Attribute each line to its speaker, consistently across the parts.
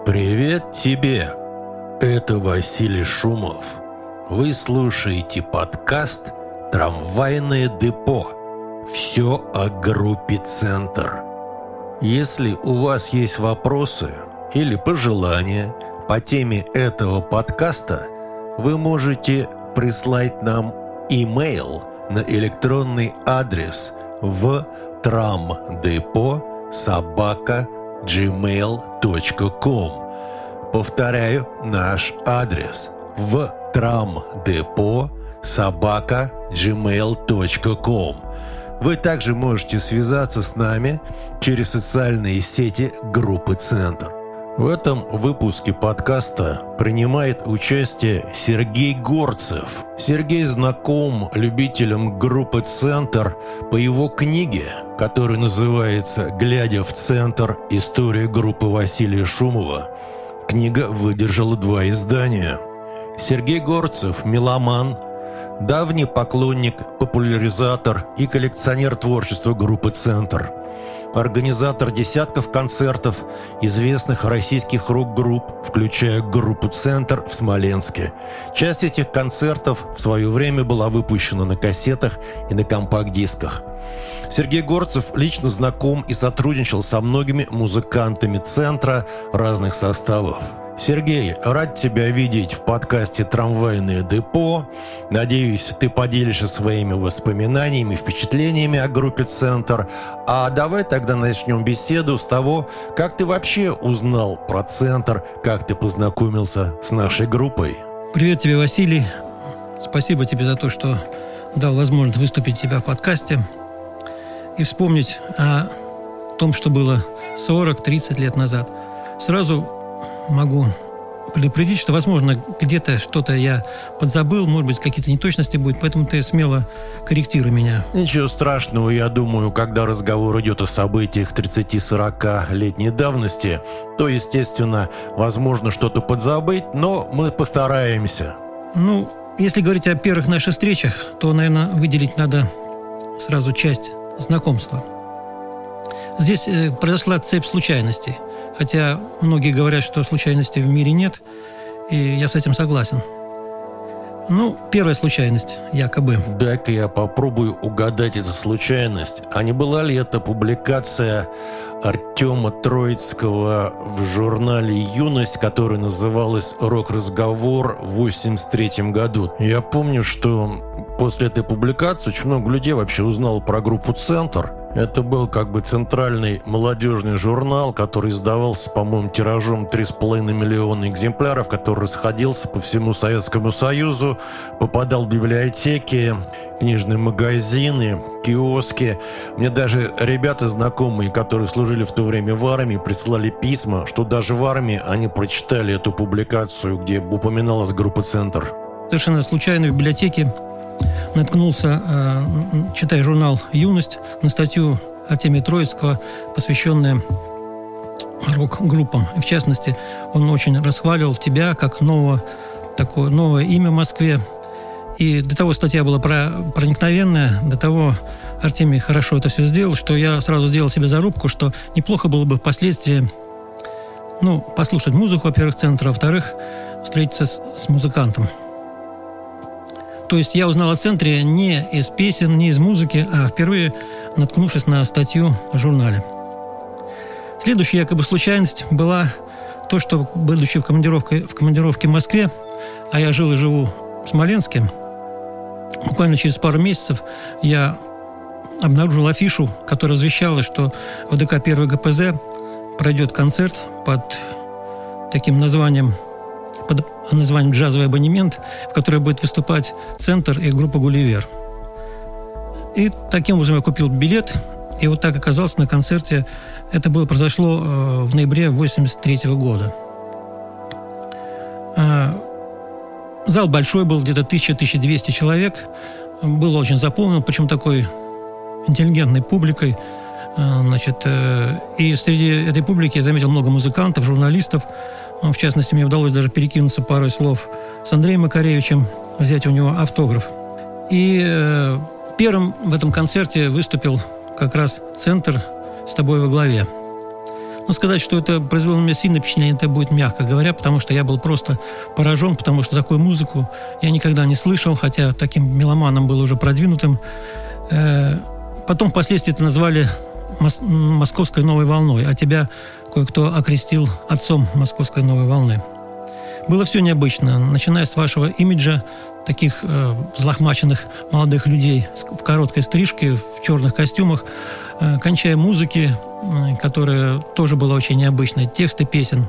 Speaker 1: Привет тебе! Это Василий Шумов. Вы слушаете подкаст «Трамвайное депо». Все о группе «Центр». Если у вас есть вопросы или пожелания по теме этого подкаста, вы можете прислать нам имейл на электронный адрес в tramdepo@gmail.com. Повторяю наш адрес в tramdepo@gmail.com. Вы также можете связаться с нами через социальные сети группы «Центр». В этом выпуске подкаста принимает участие Сергей Горцев. Сергей знаком любителям группы «Центр» по его книге, которая называется «Глядя в центр. История группы Василия Шумова». Книга выдержала 2 издания. Сергей Горцев – меломан, давний поклонник, популяризатор и коллекционер творчества группы «Центр». Организатор десятков концертов известных российских рок-групп, включая группу «Центр» в Смоленске. Часть этих концертов в свое время была выпущена на кассетах и на компакт-дисках. Сергей Горцев лично знаком и сотрудничал со многими музыкантами «Центра» разных составов. Сергей, рад тебя видеть в подкасте «Трамвайное депо». Надеюсь, ты поделишься своими воспоминаниями, впечатлениями о группе «Центр». А давай тогда начнем беседу с того, как ты вообще узнал про «Центр», как ты познакомился с нашей группой.
Speaker 2: Привет тебе, Василий. Спасибо тебе за то, что дал возможность выступить у тебя в подкасте и вспомнить о том, что было 40-30 лет назад. Сразу могу предупредить, что, возможно, где-то что-то я подзабыл, может быть, какие-то неточности будут, поэтому ты смело корректируй меня.
Speaker 1: Ничего страшного, я думаю, когда разговор идет о событиях 30-40-летней давности, то, естественно, возможно что-то подзабыть, но мы постараемся.
Speaker 2: Если говорить о первых наших встречах, то, наверное, выделить надо сразу часть знакомства. Здесь произошла цепь случайностей. Хотя многие говорят, что случайностей в мире нет, и я с этим согласен. Первая случайность, якобы.
Speaker 1: Дай-ка я попробую угадать эту случайность. А не была ли это публикация Артема Троицкого в журнале «Юность», которая называлась «Рок-разговор» в 1983 году? Я помню, что после этой публикации очень много людей вообще узнало про группу «Центр». Это был центральный молодежный журнал, который издавался, по-моему, тиражом 3,5 миллиона экземпляров, который расходился по всему Советскому Союзу, попадал в библиотеки, книжные магазины, киоски. Мне даже ребята знакомые, которые служили в то время в армии, прислали письма, что даже в армии они прочитали эту публикацию, где упоминалась группа «Центр».
Speaker 2: Совершенно случайно в библиотеке наткнулся, читая журнал «Юность», на статью Артемия Троицкого, посвященную рок-группам. В частности, он очень расхваливал тебя как новое имя в Москве. И до того статья была проникновенная, до того Артемий хорошо это все сделал, что я сразу сделал себе зарубку, что неплохо было бы впоследствии послушать музыку, во-первых, «Центра», во-вторых, встретиться с музыкантом. То есть я узнал о «Центре не из песен, не из музыки, а впервые наткнувшись на статью в журнале. Следующая якобы случайность была то, что, будучи в командировке в Москве, а я жил и живу в Смоленске, буквально через пару месяцев я обнаружил афишу, которая извещала, что в ДК 1 ГПЗ пройдет концерт под названием «Джазовый абонемент», в которой будет выступать «Центр» и группа «Гулливер». И таким образом я купил билет, и вот так оказался на концерте. Это произошло в ноябре 1983 года. Зал большой был, где-то 1000-1200 человек. Был очень заполнен, причем такой интеллигентной публикой. И среди этой публики я заметил много музыкантов, журналистов. В частности, мне удалось даже перекинуться парой слов с Андреем Макаревичем, взять у него автограф. И первым в этом концерте выступил как раз «Центр» с тобой во главе. сказать, что это произвело на меня сильное впечатление, это будет мягко говоря, потому что я был просто поражен, потому что такую музыку я никогда не слышал, хотя таким меломаном был уже продвинутым. Потом впоследствии это назвали «Московской новой волной», а тебя кое-кто окрестил отцом «Московской новой волны». Было все необычно, начиная с вашего имиджа, таких взлохмаченных молодых людей в короткой стрижке, в черных костюмах, кончая музыки, которая тоже была очень необычной, тексты песен.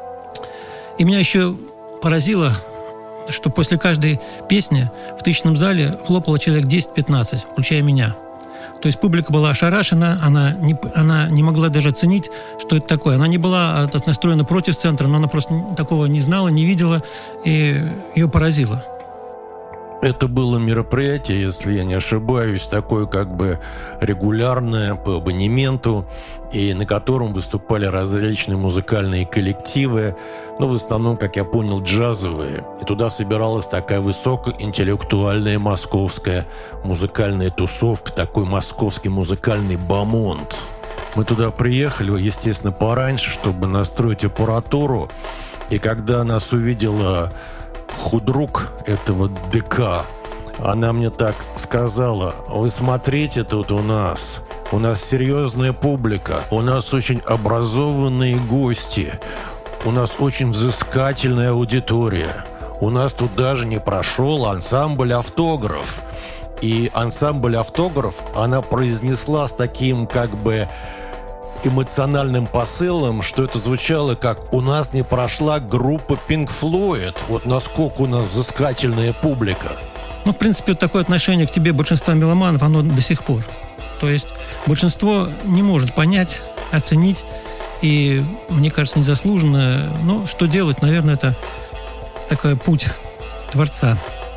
Speaker 2: И меня еще поразило, что после каждой песни в тысячном зале хлопало человек 10-15, включая меня. То есть публика была ошарашена, она не могла даже оценить, что это такое. Она не была настроена против центра, но она просто такого не знала, не видела, и ее поразило.
Speaker 1: Это было мероприятие, если я не ошибаюсь, такое как бы регулярное по абонементу, и на котором выступали различные музыкальные коллективы, в основном, как я понял, джазовые. И туда собиралась такая высокоинтеллектуальная московская музыкальная тусовка, такой московский музыкальный бомонд. Мы туда приехали, естественно, пораньше, чтобы настроить аппаратуру, и когда нас увидела худрук этого ДК, она мне так сказала: вы смотрите, тут у нас серьезная публика, у нас очень образованные гости, у нас очень взыскательная аудитория, у нас тут даже не прошел ансамбль «Автограф». И ансамбль «Автограф» она произнесла с таким как бы эмоциональным посылом, что это звучало как «у нас не прошла группа Pink Floyd». Вот насколько у нас взыскательная публика.
Speaker 2: В принципе, вот такое отношение к тебе большинства меломанов, оно до сих пор. То есть большинство не может понять, оценить, и, мне кажется, незаслуженно. Но что делать? Наверное, это такой путь Творца.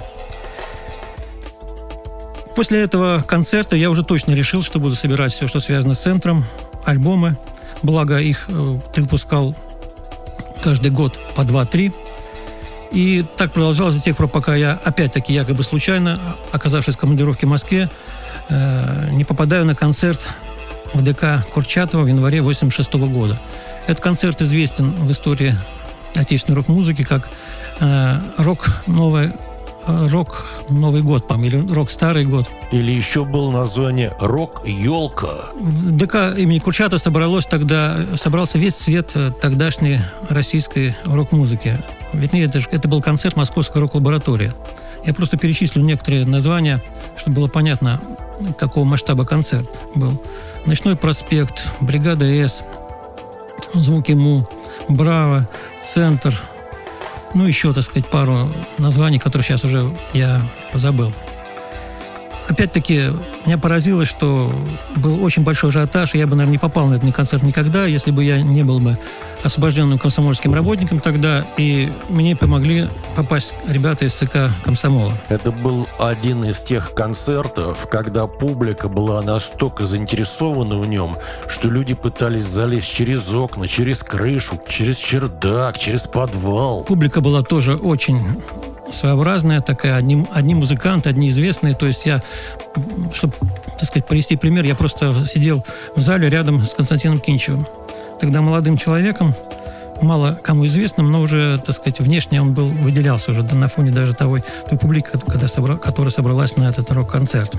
Speaker 2: После этого концерта я уже точно решил, что буду собирать все, что связано с центром, альбомы. Благо, их ты выпускал каждый год по 2-3. И так продолжалось до тех пор, пока я, опять-таки, якобы случайно, оказавшись в командировке в Москве, не попадаю на концерт в ДК Курчатова в январе 1986 года. Этот концерт известен в истории отечественной рок-музыки как рок-Новый год, или рок-старый год.
Speaker 1: Или еще было название «Рок-елка».
Speaker 2: В ДК имени Курчатова собрался весь цвет тогдашней российской рок-музыки. Вернее, это был концерт Московской рок-лаборатории. Я просто перечислю некоторые названия, чтобы было понятно, какого масштаба концерт был. «Ночной проспект», «Бригада С», «Звуки Му», «Браво», «Центр». Еще, так сказать, пару названий, которые сейчас уже я позабыл. Опять-таки, меня поразило, что был очень большой ажиотаж, и я бы, наверное, не попал на этот концерт никогда, если бы я не был бы освобожденным комсомольским работником тогда, и мне помогли попасть ребята из ЦК комсомола.
Speaker 1: Это был один из тех концертов, когда публика была настолько заинтересована в нем, что люди пытались залезть через окна, через крышу, через чердак, через подвал.
Speaker 2: Публика была тоже очень своеобразная такая, одни музыканты, одни известные. То есть я, чтобы, так сказать, привести пример, я просто сидел в зале рядом с Константином Кинчевым. Тогда молодым человеком, мало кому известным, но уже, так сказать, внешне он выделялся уже на фоне даже той публики, которая собралась на этот рок-концерт.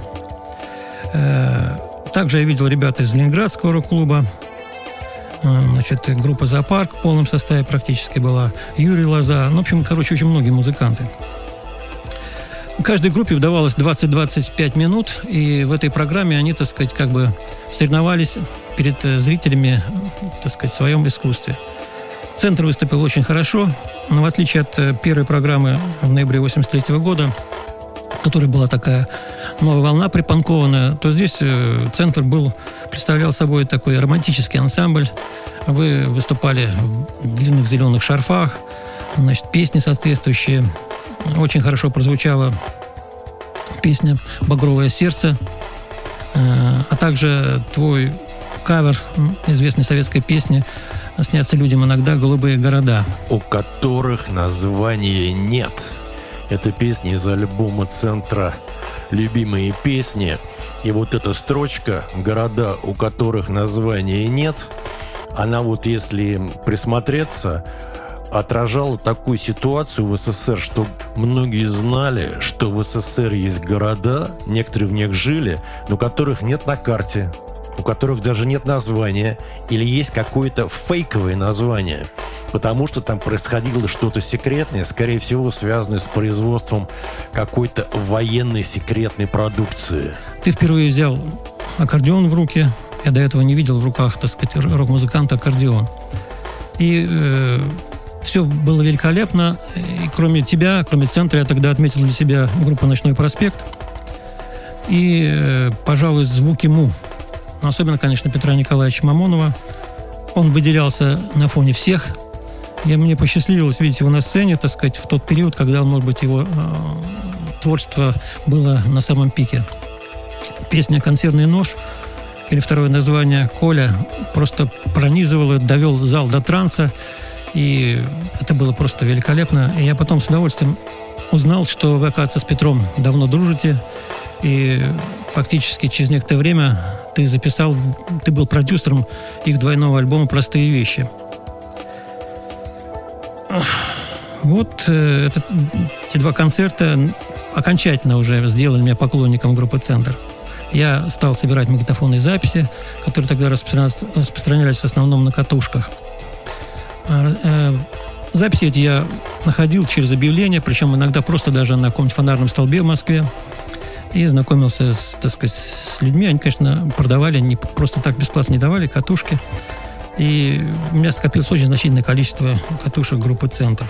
Speaker 2: Также я видел ребят из Ленинградского рок-клуба. Группа «Зоопарк» в полном составе практически была. Юрий Лоза. В общем, очень многие музыканты. Каждой группе удавалось 20-25 минут, и в этой программе они, так сказать, как бы соревновались перед зрителями, так сказать, в своем искусстве. Центр выступил очень хорошо, но в отличие от первой программы в ноябре 1983 года, в которой была такая новая волна припанкованная, то здесь Центр представлял собой такой романтический ансамбль. Вы выступали в длинных зеленых шарфах, песни соответствующие. Очень хорошо прозвучала песня «Багровое сердце», а также твой кавер известной советской песни «Снятся людям иногда голубые города»,
Speaker 1: у которых названия нет. Это песня из альбома «Центра «Любимые песни». И вот эта строчка «Города, у которых названия нет», она вот если присмотреться, отражала такую ситуацию в СССР, что многие знали, что в СССР есть города, некоторые в них жили, но которых нет на карте, у которых даже нет названия, или есть какое-то фейковое название, потому что там происходило что-то секретное, скорее всего, связанное с производством какой-то военной секретной продукции.
Speaker 2: Ты впервые взял аккордеон в руки. Я до этого не видел в руках, так сказать, рок-музыканта аккордеон. И все было великолепно. И кроме тебя, кроме центра, я тогда отметил для себя группу «Ночной проспект». И, пожалуй, звуки Му. Особенно, конечно, Петра Николаевича Мамонова. Он выделялся на фоне всех. Мне посчастливилось видеть его на сцене, так сказать, в тот период, когда, может быть, его творчество было на самом пике. Песня «Консервный нож» или второе название «Коля» просто пронизывала, довел зал до транса. И это было просто великолепно. И я потом с удовольствием узнал, что вы, оказывается, с Петром давно дружите. И фактически через некоторое время ты был продюсером их двойного альбома «Простые вещи». Вот эти два концерта окончательно уже сделали меня поклонником группы «Центр». Я стал собирать магнитофонные записи, которые тогда распространялись в основном на катушках. Записи эти я находил через объявления, причем иногда просто даже на каком-нибудь фонарном столбе в Москве. И знакомился с людьми. Они, конечно, продавали, не просто так бесплатно не давали катушки. И у меня скопилось очень значительное количество катушек группы «Центр».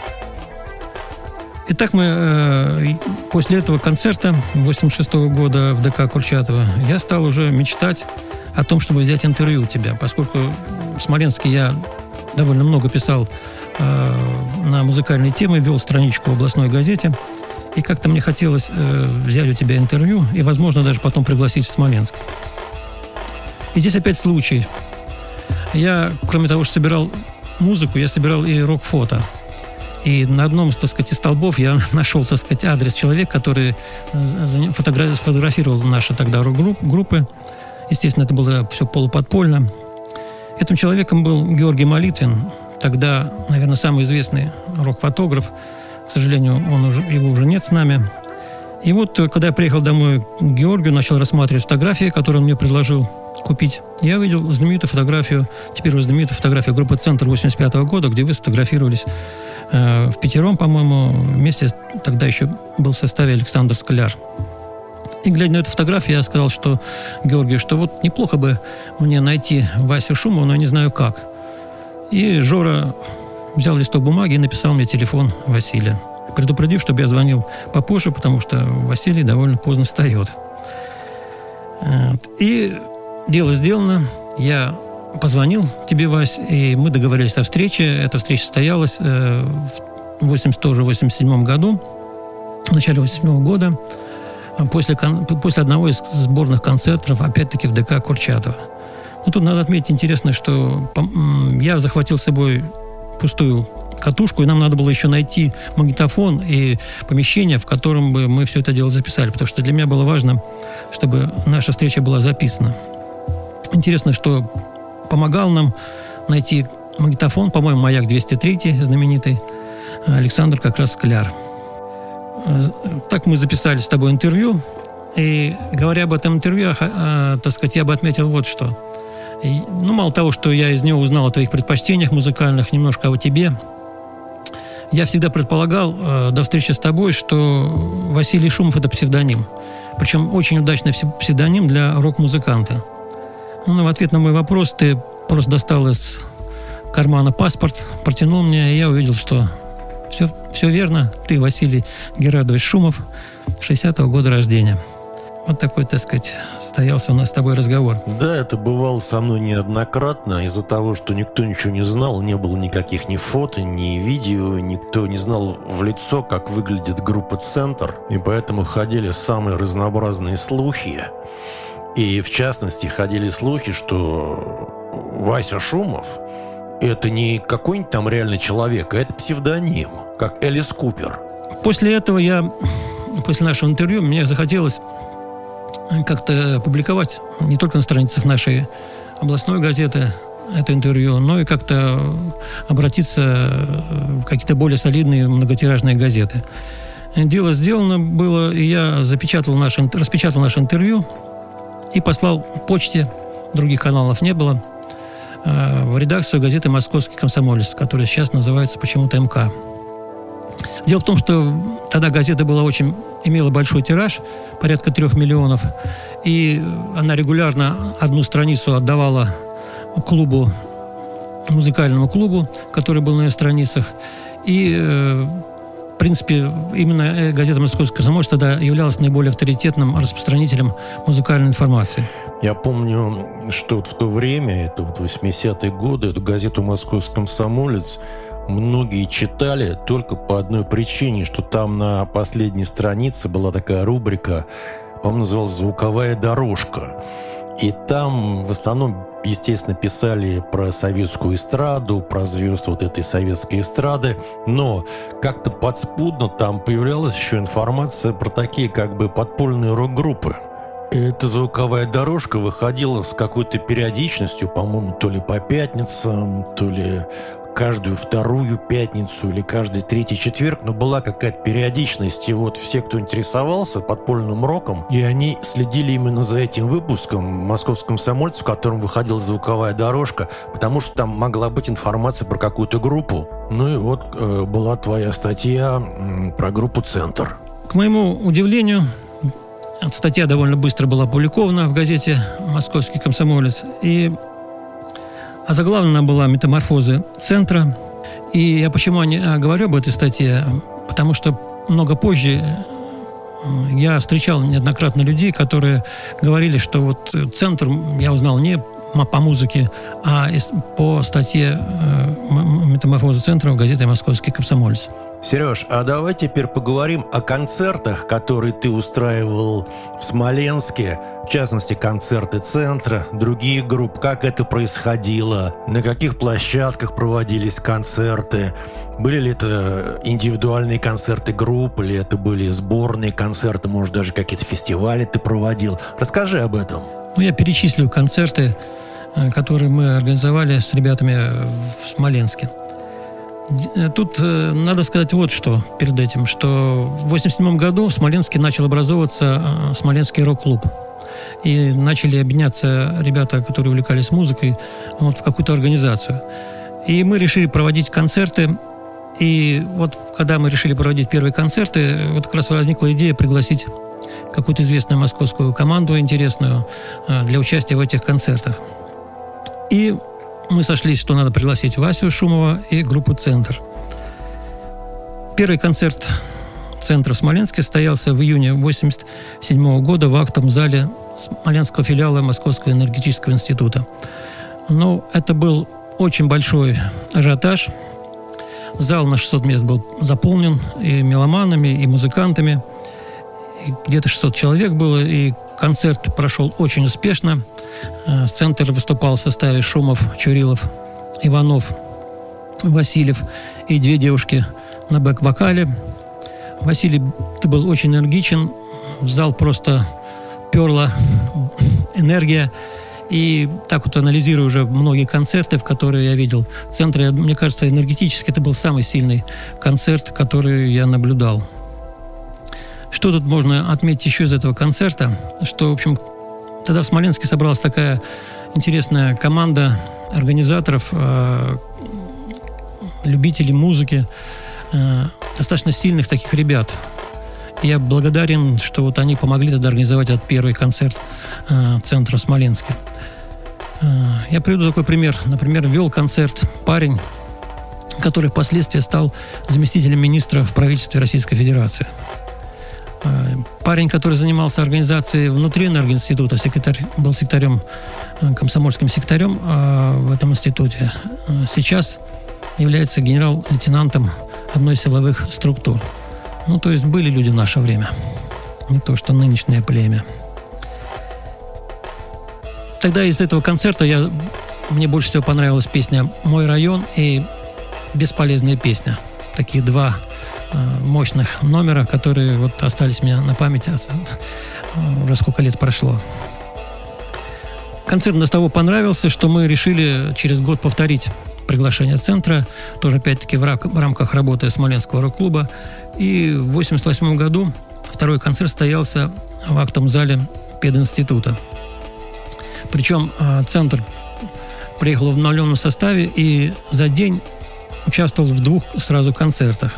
Speaker 2: Итак, мы после этого концерта 1986 года в ДК Курчатова я стал уже мечтать о том, чтобы взять интервью у тебя, поскольку в Смоленске я довольно много писал на музыкальные темы, вел страничку в областной газете, и как-то мне хотелось взять у тебя интервью и, возможно, даже потом пригласить в Смоленск. И здесь опять случай. Я, кроме того, что собирал музыку, я собирал и рок-фото. И на одном, так сказать, из столбов я нашел, так сказать, адрес человека, который фотографировал наши тогда рок-группы. Естественно, это было все полуподпольно. Этим человеком был Георгий Молитвин, тогда, наверное, самый известный рок-фотограф. К сожалению, его уже нет с нами. И вот, когда я приехал домой к Георгию, начал рассматривать фотографии, которые он мне предложил купить, я увидел знаменитую фотографию, теперь уже знаменитую фотографию группы «Центр» 1985 года, где вы сфотографировались впятером, по-моему, вместе тогда еще был в составе Александр Скляр. И, глядя на эту фотографию, я сказал, что Георгию, что вот неплохо бы мне найти Васю Шумова, но не знаю как. И Жора взял листок бумаги и написал мне телефон Василия, предупредив, чтобы я звонил попозже, потому что Василий довольно поздно встает. И дело сделано. Я позвонил тебе, Вась, и мы договорились о встрече. Эта встреча состоялась в 1987 году, в начале 1987 года, после одного из сборных концертов, опять-таки в ДК Курчатова. Ну, тут надо отметить интересно, что я захватил с собой пустую катушку, и нам надо было еще найти магнитофон и помещение, в котором бы мы все это дело записали, потому что для меня было важно, чтобы наша встреча была записана. Интересно, что помогал нам найти магнитофон, по-моему, «Маяк-203» знаменитый, Александр как раз Скляр. Так мы записали с тобой интервью, и говоря об этом интервью, так сказать, я бы отметил вот что. Ну, мало того, что я из него узнал о твоих предпочтениях музыкальных, немножко о тебе, я всегда предполагал до встречи с тобой, что Василий Шумов – это псевдоним. Причем очень удачный псевдоним для рок-музыканта. Ну, в ответ на мой вопрос ты просто достал из кармана паспорт, протянул мне, и я увидел, что все верно. Ты Василий Герардович Шумов, 60-го года рождения. Вот такой, так сказать, состоялся у нас с тобой разговор.
Speaker 1: Да, это бывало со мной неоднократно. Из-за того, что никто ничего не знал, не было никаких ни фото, ни видео, никто не знал в лицо, как выглядит группа «Центр». И поэтому ходили самые разнообразные слухи. И, в частности, ходили слухи, что Вася Шумов – это не какой-нибудь там реальный человек, а это псевдоним, как Элис Купер.
Speaker 2: После этого после нашего интервью, мне захотелось как-то публиковать не только на страницах нашей областной газеты, это интервью, но и как-то обратиться в какие-то более солидные многотиражные газеты. Дело сделано было, и я распечатал наше интервью и послал почте, других каналов не было, в редакцию газеты «Московский комсомолец», которая сейчас называется почему-то МК. Дело в том, что тогда газета имела большой тираж, порядка 3 миллионов, и она регулярно одну страницу отдавала музыкальному клубу, который был на ее страницах. И, в принципе, именно газета «Московский комсомолец» тогда являлась наиболее авторитетным распространителем музыкальной информации.
Speaker 1: Я помню, что в то время, это в 80-е годы, эту газету «Московский комсомолец» многие читали только по одной причине, что там на последней странице была такая рубрика, по-моему, называлась «Звуковая дорожка». И там в основном, естественно, писали про советскую эстраду, про звезд вот этой советской эстрады, но как-то подспудно там появлялась еще информация про такие как бы подпольные рок-группы. И эта звуковая дорожка выходила с какой-то периодичностью, по-моему, то ли по пятницам, то ли каждую вторую пятницу или каждый третий четверг, но была какая-то периодичность. И вот все, кто интересовался подпольным роком, и они следили именно за этим выпуском «Московский комсомолец», в котором выходила звуковая дорожка, потому что там могла быть информация про какую-то группу. Ну и вот была твоя статья про группу «Центр».
Speaker 2: К моему удивлению, статья довольно быстро была опубликована в газете «Московский комсомолец», и озаглавлена была «Метаморфозы центра». И я почему говорю об этой статье? Потому что много позже я встречал неоднократно людей, которые говорили, что вот центр я узнал не по музыке, а по статье «Метаморфозы центра» в газете «Московский комсомолец».
Speaker 1: Сереж, а давай теперь поговорим о концертах, которые ты устраивал в Смоленске, в частности, концерты «Центра», другие группы. Как это происходило? На каких площадках проводились концерты? Были ли это индивидуальные концерты групп, или это были сборные концерты, может, даже какие-то фестивали ты проводил? Расскажи об этом.
Speaker 2: Я перечислю концерты, которые мы организовали с ребятами в Смоленске. Тут надо сказать вот что перед этим, что в 1987 году в Смоленске начал образовываться Смоленский рок-клуб. И начали объединяться ребята, которые увлекались музыкой, в какую-то организацию. И мы решили проводить концерты. И вот когда мы решили проводить первые концерты, вот как раз возникла идея пригласить какую-то известную московскую команду интересную для участия в этих концертах. И мы сошлись, что надо пригласить Васю Шумова и группу «Центр». Первый концерт «Центра» в Смоленске состоялся в июне 1987 года в актовом зале Смоленского филиала Московского энергетического института. Но это был очень большой ажиотаж. Зал на 600 мест был заполнен и меломанами, и музыкантами. И где-то 600 человек было, и концерт прошел очень успешно. «Центр» выступал в составе Шумов, Чурилов, Иванов, Васильев и 2 девушки на бэк-вокале. Василий был очень энергичен, в зал просто перла энергия. И так вот, анализируя уже многие концерты, в которые я видел в «Центре», мне кажется, энергетически это был самый сильный концерт, который я наблюдал. Что тут можно отметить еще из этого концерта? Что, в общем, тогда в Смоленске собралась такая интересная команда организаторов, любителей музыки, достаточно сильных таких ребят. Я благодарен, что вот они помогли тогда организовать этот первый концерт «Центра» в Смоленске. Я приведу такой пример. Например, вел концерт парень, который впоследствии стал заместителем министра в правительстве Российской Федерации. Парень, который занимался организацией внутри энергоинститута, был секретарем, комсомольским секретарем в этом институте, сейчас является генерал-лейтенантом одной из силовых структур. То есть были люди в наше время, не то что нынешнее племя. Тогда из этого концерта мне больше всего понравилась песня «Мой район» и «Бесполезная песня». Такие 2 мощных номера, которые вот остались у меня на памяти, уже сколько лет прошло. Концерт нас того понравился, что мы решили через год повторить приглашение центра, тоже опять-таки в рамках работы Смоленского рок-клуба. И в 1988 году второй концерт состоялся в актовом зале пединститута. Причем центр приехал в обновленном составе и за день участвовал в 2 сразу концертах.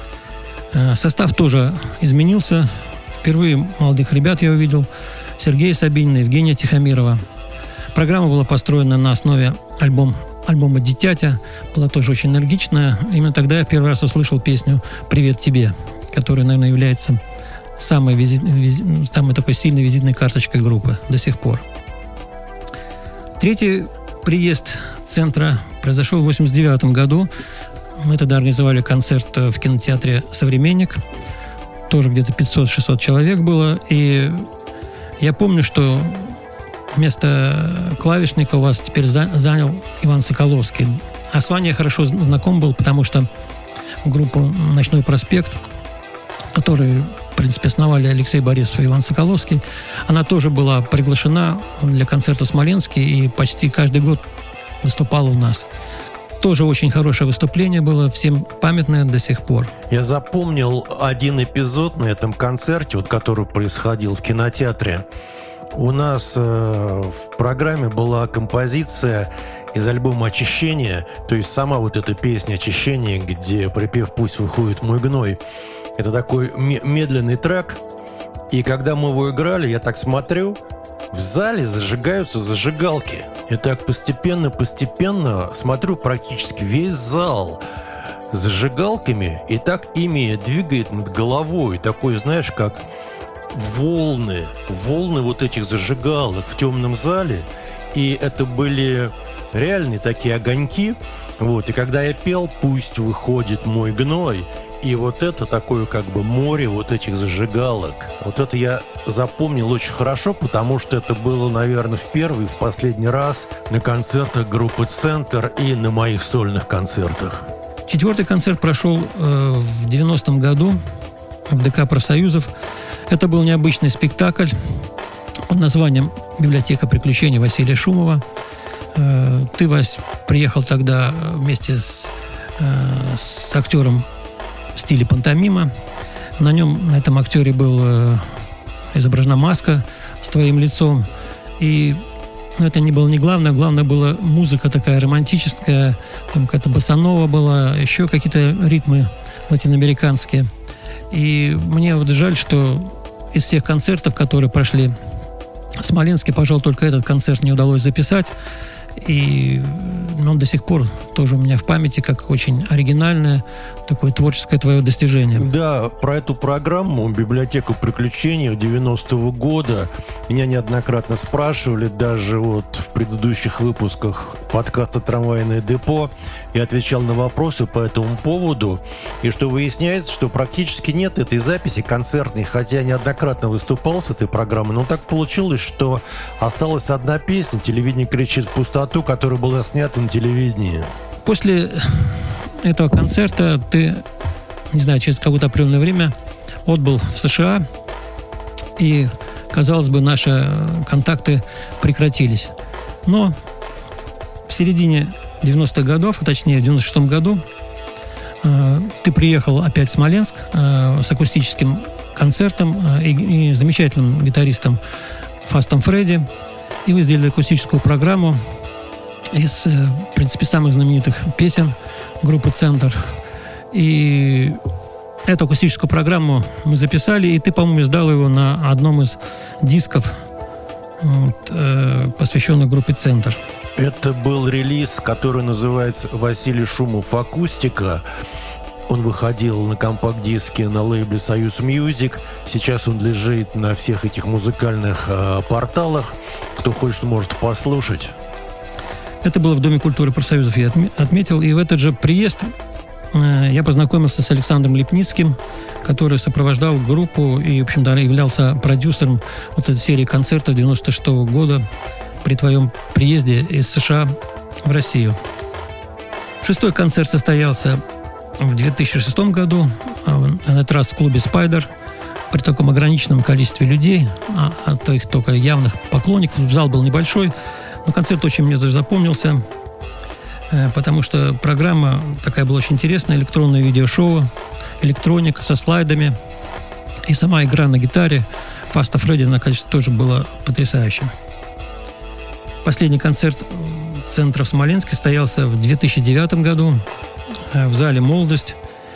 Speaker 2: Состав тоже изменился. Впервые молодых ребят я увидел. Сергея Собинина, Евгения Тихомирова. Программа была построена на основе альбома «Дитятя». Была тоже очень энергичная. Именно тогда я первый раз услышал песню «Привет тебе», которая, наверное, является самой такой сильной визитной карточкой группы до сих пор. Третий приезд центра произошел в 1989 году. Мы тогда организовали концерт в кинотеатре «Современник». Тоже где-то 500-600 человек было. И я помню, что место клавишника у вас теперь занял Иван Соколовский. А с Ваней я хорошо знаком был, потому что группу «Ночной проспект», который, в принципе, основали Алексей Борисов и Иван Соколовский, она тоже была приглашена для концерта в Смоленске и почти каждый год выступала у нас. Тоже очень хорошее выступление было, всем памятное до сих пор.
Speaker 1: Я запомнил один эпизод на этом концерте, который происходил в кинотеатре. У нас в программе была композиция из альбома «Очищение», то есть сама вот эта песня «Очищение», где припев «Пусть выходит мой гной». Это такой медленный трек. И когда мы его играли, я так смотрю, в зале зажигаются зажигалки. И так постепенно смотрю, практически весь зал с зажигалками, и так ими двигает над головой. Такой, знаешь, как волны вот этих зажигалок в темном зале. И это были реальные такие огоньки. Вот. И когда я пел «Пусть выходит мой гной», и вот это такое как бы море вот этих зажигалок. Вот это я запомнил очень хорошо, потому что это было, наверное, в первый и в последний раз на концертах группы «Центр» и на моих сольных концертах.
Speaker 2: 4-й концерт прошел в 90-м году в ДК профсоюзов. Это был необычный спектакль под названием «Библиотека приключений» Василия Шумова. Ты, Вась, приехал тогда вместе с актером в стиле пантомима. На этом актере была изображена маска с твоим лицом. И это не было не главное. Главное была музыка такая романтическая. Там какая-то босанова была, еще какие-то ритмы латиноамериканские. И мне вот жаль, что из всех концертов, которые прошли в Смоленске, пожалуй, только этот концерт не удалось записать. И он до сих пор тоже у меня в памяти как очень оригинальное такое творческое твое достижение.
Speaker 1: Да, про эту программу «Библиотеку приключений» 90-го года меня неоднократно спрашивали, даже вот в предыдущих выпусках подкаста «Трамвайное депо». Я отвечал на вопросы по этому поводу. И что выясняется, что практически нет этой записи концертной, хотя я неоднократно выступал с этой программой. Но так получилось, что осталась одна песня «Телевидение кричит в пустоту», которая была снята на телевидении.
Speaker 2: После этого концерта ты, не знаю, через какое-то определенное время отбыл в США, и, казалось бы, наши контакты прекратились. Но в середине 90-х годов, а точнее в 96-м году, ты приехал опять в Смоленск с акустическим концертом и замечательным гитаристом Фастом Фредди, и вы сделали акустическую программу из, в принципе, самых знаменитых песен группы «Центр». И эту акустическую программу мы записали, и ты, по-моему, издал его на одном из дисков, посвященных группе «Центр».
Speaker 1: Это был релиз, который называется «Василий Шумов. Акустика». Он выходил на компакт-диске на лейбле «Союз Мьюзик». Сейчас он лежит на всех этих музыкальных порталах. Кто хочет, может послушать.
Speaker 2: Это было в Доме культуры профсоюзов, я отметил. И в этот же приезд я познакомился с Александром Лепницким, который сопровождал группу и, в общем-то, являлся продюсером вот этой серии концертов 96-го года при твоем приезде из США в Россию. 6-й концерт состоялся в 2006 году, на этот раз в клубе «Спайдер». при таком ограниченном количестве людей, а то их только явных поклонников. Зал был небольшой, но концерт очень мне даже запомнился, потому что программа такая была очень интересная, электронное видеошоу, электроника со слайдами, и сама игра на гитаре Фаста Фредди, она, конечно, тоже была потрясающая. Последний концерт центра в Смоленске состоялся в 2009 году в зале «Молодость».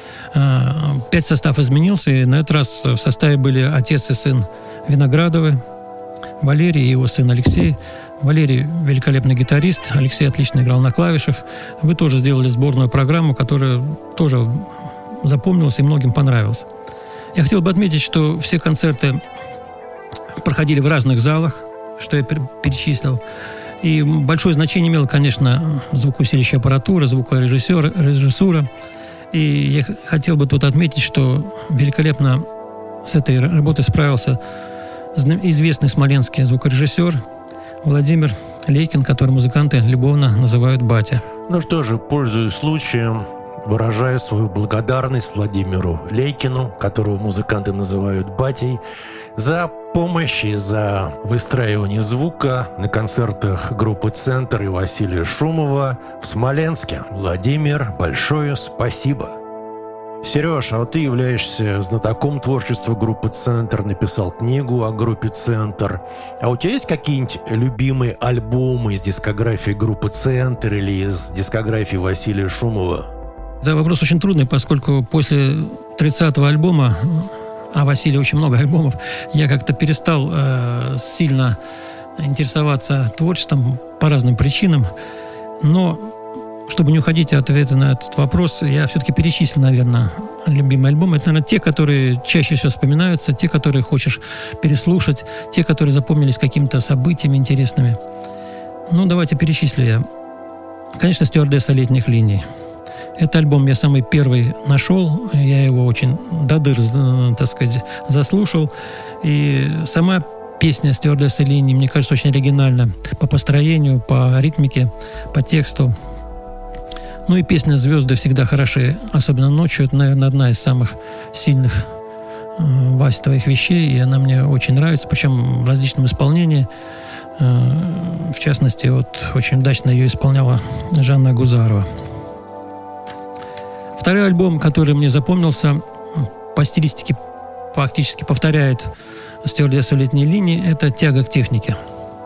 Speaker 2: 5 состав изменился, и на этот раз в составе были отец и сын Виноградовы, Валерий и его сын Алексей. Валерий – великолепный гитарист, Алексей отлично играл на клавишах. Вы тоже сделали сборную программу, которая тоже запомнилась и многим понравилась. Я хотел бы отметить, что все концерты проходили в разных залах, что я перечислил. И большое значение имело, конечно, звукоусиливающая аппаратура, звукорежиссура. И я хотел бы тут отметить, что великолепно с этой работой справился известный смоленский звукорежиссер Владимир Лейкин, который музыканты любовно называют «Батя».
Speaker 1: Ну что же, пользуясь случаем, выражаю свою благодарность Владимиру Лейкину, которого музыканты называют «Батей», за помощь и за выстраивание звука на концертах группы «Центр» и Василия Шумова в Смоленске. Владимир, большое спасибо. Сереж, а вот ты являешься знатоком творчества группы «Центр», написал книгу о группе «Центр». А у тебя есть какие-нибудь любимые альбомы из дискографии группы «Центр» или из дискографии Василия Шумова?
Speaker 2: Да, вопрос очень трудный, поскольку после 30-го альбома, а Василия очень много альбомов, я как-то перестал сильно интересоваться творчеством по разным причинам. Но, чтобы не уходить от ответа на этот вопрос, я все-таки перечислил, наверное, любимые альбомы. Это, наверное, те, которые чаще всего вспоминаются, те, которые хочешь переслушать, те, которые запомнились какими-то событиями интересными. Ну, давайте перечислю я. Конечно, «Стюардесса летних линий». Этот альбом я самый первый нашел, я его очень до дыр, так сказать, заслушал. И сама песня «Стюардесса линии», мне кажется, очень оригинальна по построению, по ритмике, по тексту. Ну и песня «Звезды всегда хороши», особенно ночью. Это, наверное, одна из самых сильных Вась твоих вещей, и она мне очень нравится, причем в различном исполнении. В частности, вот очень удачно ее исполняла Жанна Агузарова. Второй альбом, который мне запомнился, по стилистике фактически повторяет «Стюардессу летней линии», это «Тяга к технике».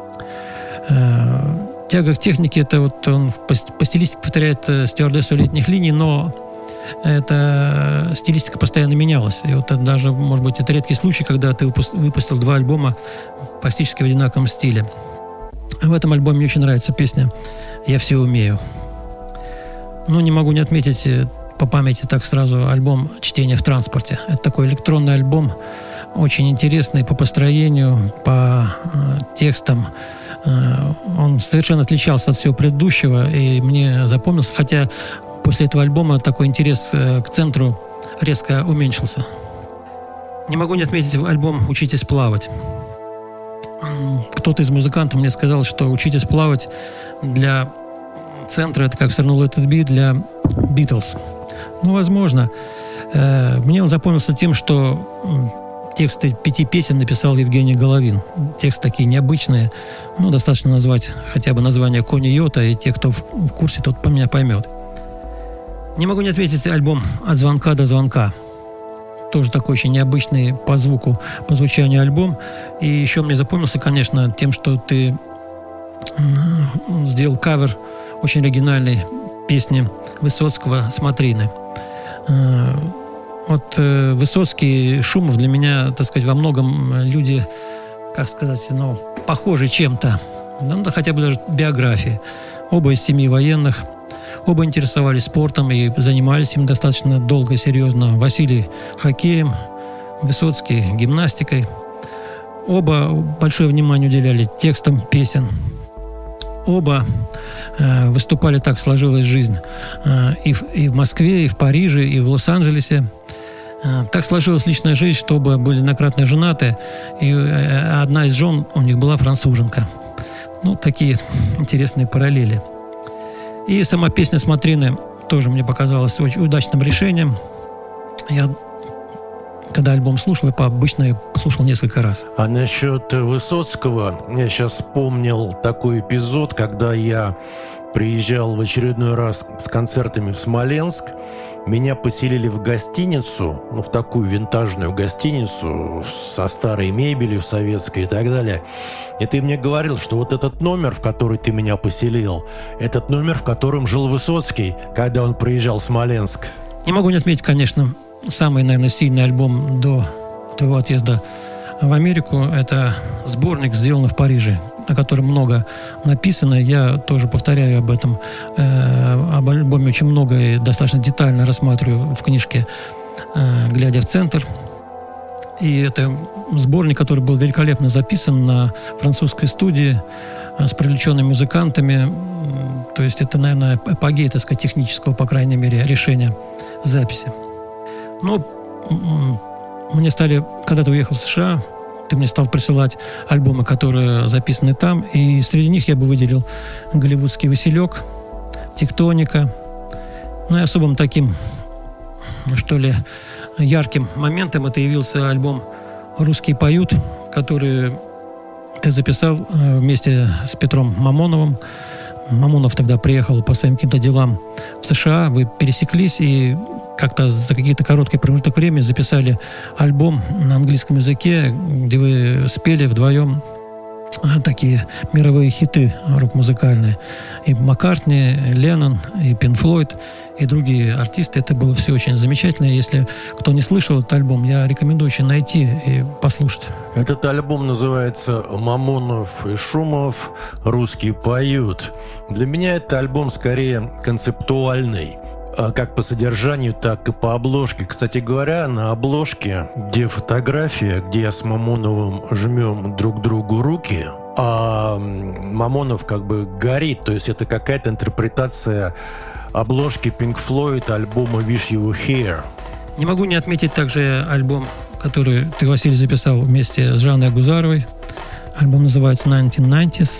Speaker 2: «Тяга к технике» — это вот он по стилистике повторяет «Стюардессу летних линий», но эта стилистика постоянно менялась. И вот это даже, может быть, это редкий случай, когда ты выпустил 2 альбома практически в одинаковом стиле. В этом альбоме мне очень нравится песня «Я все умею». Ну, не могу не отметить по памяти так сразу альбом «Чтение в транспорте». Это такой электронный альбом, очень интересный по построению, по текстам. Он совершенно отличался от всего предыдущего, и мне запомнился, хотя после этого альбома такой интерес к центру резко уменьшился. Не могу не отметить альбом «Учитесь плавать». Кто-то из музыкантов мне сказал, что «Учитесь плавать» для центра — это как все равно «Let it be» для «Битлз». Ну, возможно. Мне он запомнился тем, что тексты 5 песен написал Евгений Головин. Тексты такие необычные. Ну, достаточно назвать хотя бы название «Кони Йота», и те, кто в курсе, тот меня поймет. Не могу не отметить альбом «От звонка до звонка». Тоже такой очень необычный по звуку, по звучанию альбом. И еще мне запомнился, конечно, тем, что ты сделал кавер очень оригинальной песни Высоцкого «Смотрины». Вот Высоцкий, Шумов для меня, так сказать, во многом люди, как сказать, похожи чем-то. Ну, да, хотя бы даже биографии. Оба из семьи военных, оба интересовались спортом и занимались им достаточно долго и серьезно. Василий хоккеем, Высоцкий гимнастикой. Оба большое внимание уделяли текстам песен. Оба выступали, так сложилась жизнь, и в Москве, и в Париже, и в Лос-Анджелесе. Так сложилась личная жизнь, что оба были неоднократно женаты, и одна из жен у них была француженка. Ну, такие интересные параллели. И сама песня «Смотрины» тоже мне показалась очень удачным решением. Я когда альбом слушал, я обычно слушал несколько раз.
Speaker 1: А насчет Высоцкого, я сейчас вспомнил такой эпизод, когда я приезжал в очередной раз с концертами в Смоленск. Меня поселили в гостиницу, в такую винтажную гостиницу со старой мебелью советской и так далее. И ты мне говорил, что вот этот номер, в который ты меня поселил, этот номер, в котором жил Высоцкий, когда он приезжал в Смоленск.
Speaker 2: Не могу не отметить, конечно, самый, наверное, сильный альбом до твоего отъезда в Америку. Это сборник, сделанный в Париже, о котором много написано. Я тоже повторяю об этом. Об альбоме очень много и достаточно детально рассматриваю в книжке «Глядя в центр». И это сборник, который был великолепно записан на французской студии с привлеченными музыкантами. То есть это, наверное, апогей, так сказать, технического, по крайней мере, решения записи. Но мне стали, когда ты уехал в США, ты мне стал присылать альбомы, которые записаны там, и среди них я бы выделил «Голливудский Василек», «Тектоника». Ну и особым таким, что ли, ярким моментом это явился альбом «Русские поют», который ты записал вместе с Петром Мамоновым. Мамонов тогда приехал по своим каким-то делам в США, вы пересеклись и как-то за какие-то короткие промежуток времени записали альбом на английском языке, где вы спели вдвоем такие мировые хиты рок-музыкальные. И Маккартни, Леннон, и Пинк Флойд, и другие артисты. Это было все очень замечательно. Если кто не слышал этот альбом, я рекомендую очень найти и послушать.
Speaker 1: Этот альбом называется «Мамонов и Шумов. Русские поют». Для меня это альбом скорее концептуальный. Как по содержанию, так и по обложке. Кстати говоря, на обложке, где фотография, где я с Мамоновым жмем друг другу руки, а Мамонов как бы горит. То есть это какая-то интерпретация обложки Pink Floyd альбома «Wish You Were Here».
Speaker 2: Не могу не отметить также альбом, который ты, Василий, записал вместе с Жанной Агузаровой. Альбом называется «1990s».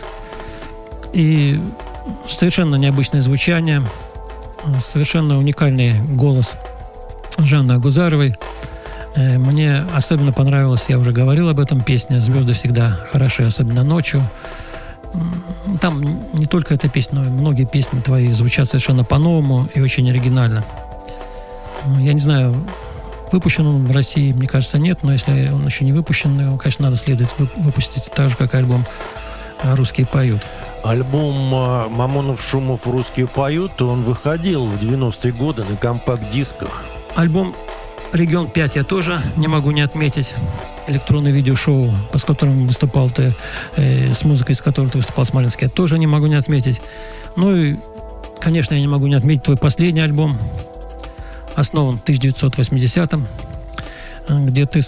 Speaker 2: И совершенно необычное звучание, совершенно уникальный голос Жанны Агузаровой. Мне особенно понравилась, я уже говорил об этом, песня «Звезды всегда хороши, особенно ночью». Там не только эта песня, но и многие песни твои звучат совершенно по-новому и очень оригинально. Я не знаю, выпущен он в России, мне кажется, нет, но если он еще не выпущен, его, конечно, надо следует выпустить, так же, как и альбом «Русские поют».
Speaker 1: Альбом «Мамонов, Шумов, Русские поют», он выходил в 90-е годы на компакт-дисках.
Speaker 2: Альбом «Регион 5» я тоже не могу не отметить. Электронное видеошоу, с которым выступал ты, с музыкой, с которой ты выступал в Смоленске, я тоже не могу не отметить. Ну и, конечно, я не могу не отметить твой последний альбом, основан в 1980-м, где ты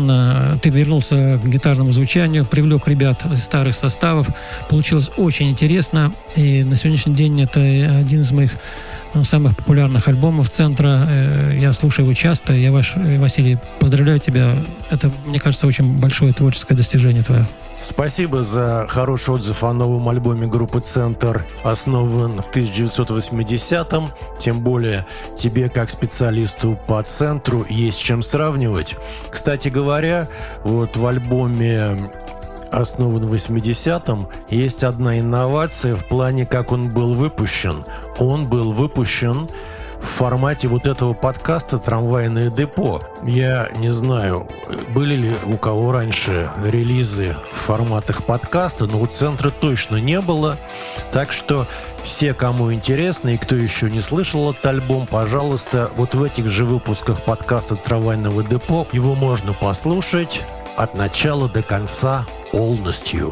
Speaker 2: вернулся к гитарному звучанию, привлек ребят из старых составов. Получилось очень интересно. И на сегодняшний день это один из моих самых популярных альбомов центра. Я слушаю его часто. Я, Василий, поздравляю тебя. Это, мне кажется, очень большое творческое достижение твое.
Speaker 1: Спасибо за хороший отзыв о новом альбоме группы «Центр», основан в 1980-м. Тем более тебе, как специалисту по «Центру», есть чем сравнивать. Кстати говоря, вот в альбоме, основан в 80-м, есть одна инновация в плане, как он был выпущен. Он был выпущен в формате вот этого подкаста «Трамвайное депо». Я не знаю, были ли у кого раньше релизы в форматах подкаста, но у «Центра» точно не было. Так что все, кому интересно и кто еще не слышал этот альбом, пожалуйста, вот в этих же выпусках подкаста «Трамвайного депо» его можно послушать от начала до конца полностью.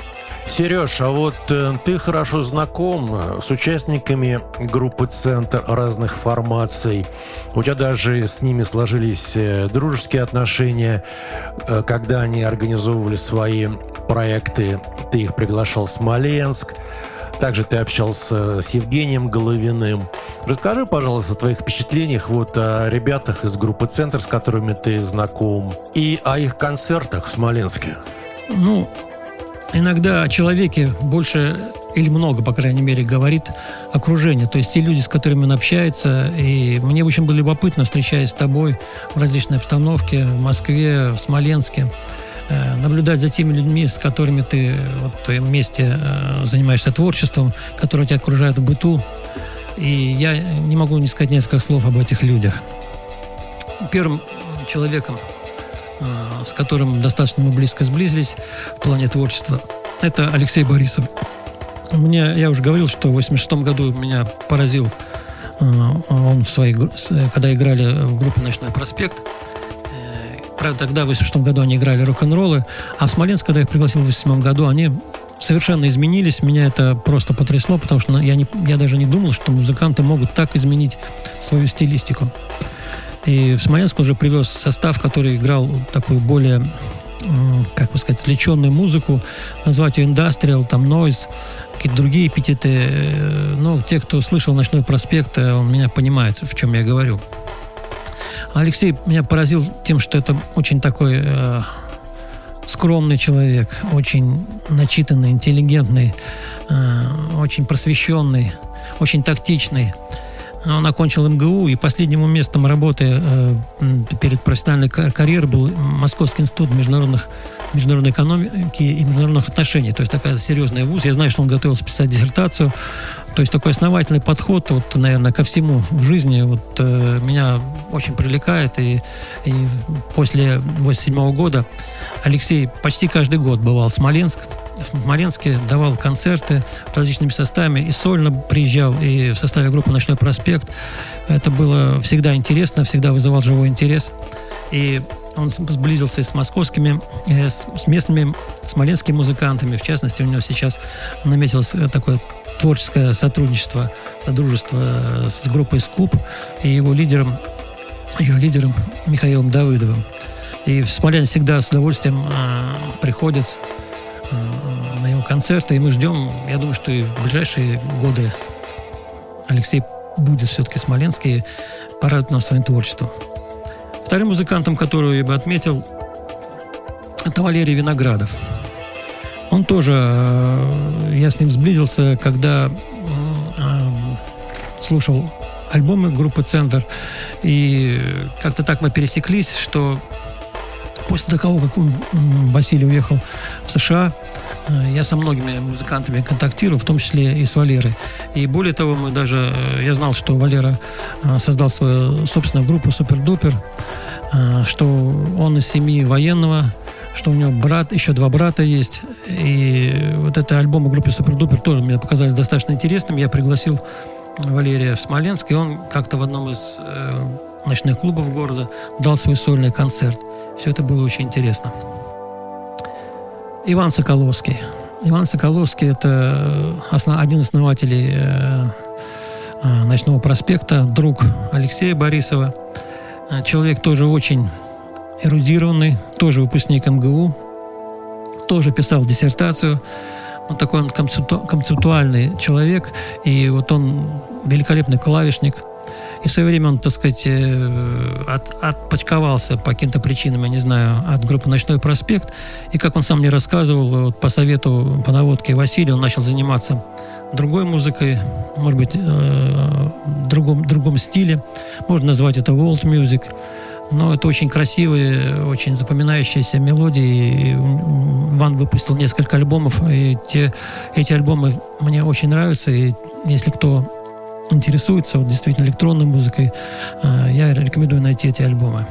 Speaker 1: Сереж, а вот ты хорошо знаком с участниками группы «Центр» разных формаций. У тебя даже с ними сложились дружеские отношения, когда они организовывали свои проекты. Ты их приглашал в Смоленск. Также ты общался с Евгением Головиным. Расскажи, пожалуйста, о твоих впечатлениях вот о ребятах из группы «Центр», с которыми ты знаком, и о их концертах в Смоленске.
Speaker 2: Иногда о человеке больше или много, по крайней мере, говорит окружение. То есть те люди, с которыми он общается. И мне очень было любопытно, встречаясь с тобой в различной обстановке, в Москве, в Смоленске, наблюдать за теми людьми, с которыми ты вот вместе занимаешься творчеством, которые тебя окружают в быту. И я не могу не сказать несколько слов об этих людях. Первым человеком, с которым достаточно мы близко сблизились в плане творчества, это Алексей Борисов. Я уже говорил, что в 1986 году меня поразил он когда играли в группе «Ночной проспект». Правда, тогда, в 1986 году, они играли рок-н-роллы, а в Смоленск, когда я их пригласил в 1987 году, они совершенно изменились. Меня это просто потрясло, потому что я даже не думал, что музыканты могут так изменить свою стилистику. И в Смоленск уже привез состав, который играл такую более, как бы сказать, отвлеченную музыку. Назвать ее индастриал, там, нойз, какие-то другие эпитеты. Ну, те, кто слышал «Ночной проспект», он меня понимает, в чем я говорю. Алексей меня поразил тем, что это очень такой скромный человек, очень начитанный, интеллигентный, очень просвещенный, очень тактичный. Он окончил МГУ, и последним местом работы перед профессиональной карьерой был Московский институт международной экономики и международных отношений. То есть такая серьезная вуз. Я знаю, что он готовился писать диссертацию. То есть такой основательный подход, вот, наверное, ко всему в жизни вот, меня очень привлекает. И после 1987 года Алексей почти каждый год бывал в Смоленске, давал концерты различными составами, и сольно приезжал, и в составе группы «Ночной проспект». Это было всегда интересно, всегда вызывал живой интерес. И он сблизился с московскими, с местными смоленскими музыкантами. В частности, у него сейчас наметилось такое творческое сотрудничество, содружество с группой «Скуп» и ее лидером Михаилом Давыдовым. И в Смоляне всегда с удовольствием приходят на его концерты, и мы ждем, я думаю, что и в ближайшие годы Алексей будет все-таки в Смоленске и порадует нам своим творчеством. Вторым музыкантом, которого я бы отметил, это Валерий Виноградов. Он тоже, я с ним сблизился, когда слушал альбомы группы «Центр», и как-то так мы пересеклись, что после того, как Василий уехал в США, я со многими музыкантами контактировал, в том числе и с Валерой. И более того, я знал, что Валера создал свою собственную группу «Супер-дупер», что он из семьи военного, что у него еще 2 брата есть. И вот это альбомы группы «Супер-дупер» тоже мне показались достаточно интересным. Я пригласил Валерия в Смоленск, и он как-то в одном из ночных клубов города дал свой сольный концерт. Все это было очень интересно. Иван Соколовский. Иван Соколовский – это один из основателей «Ночного проспекта», друг Алексея Борисова. Человек тоже очень эрудированный, тоже выпускник МГУ, тоже писал диссертацию. Вот такой он концептуальный человек, и вот он великолепный клавишник. И в свое время он, так сказать, отпочковался по каким-то причинам, я не знаю, от группы «Ночной проспект». И, как он сам мне рассказывал, вот, по совету, по наводке Василия, он начал заниматься другой музыкой, может быть, в другом стиле. Можно назвать это world music. Но это очень красивые, очень запоминающиеся мелодии. Иван выпустил несколько альбомов, и эти альбомы мне очень нравятся. И если кто интересуется вот, действительно электронной музыкой, я рекомендую найти эти альбомы.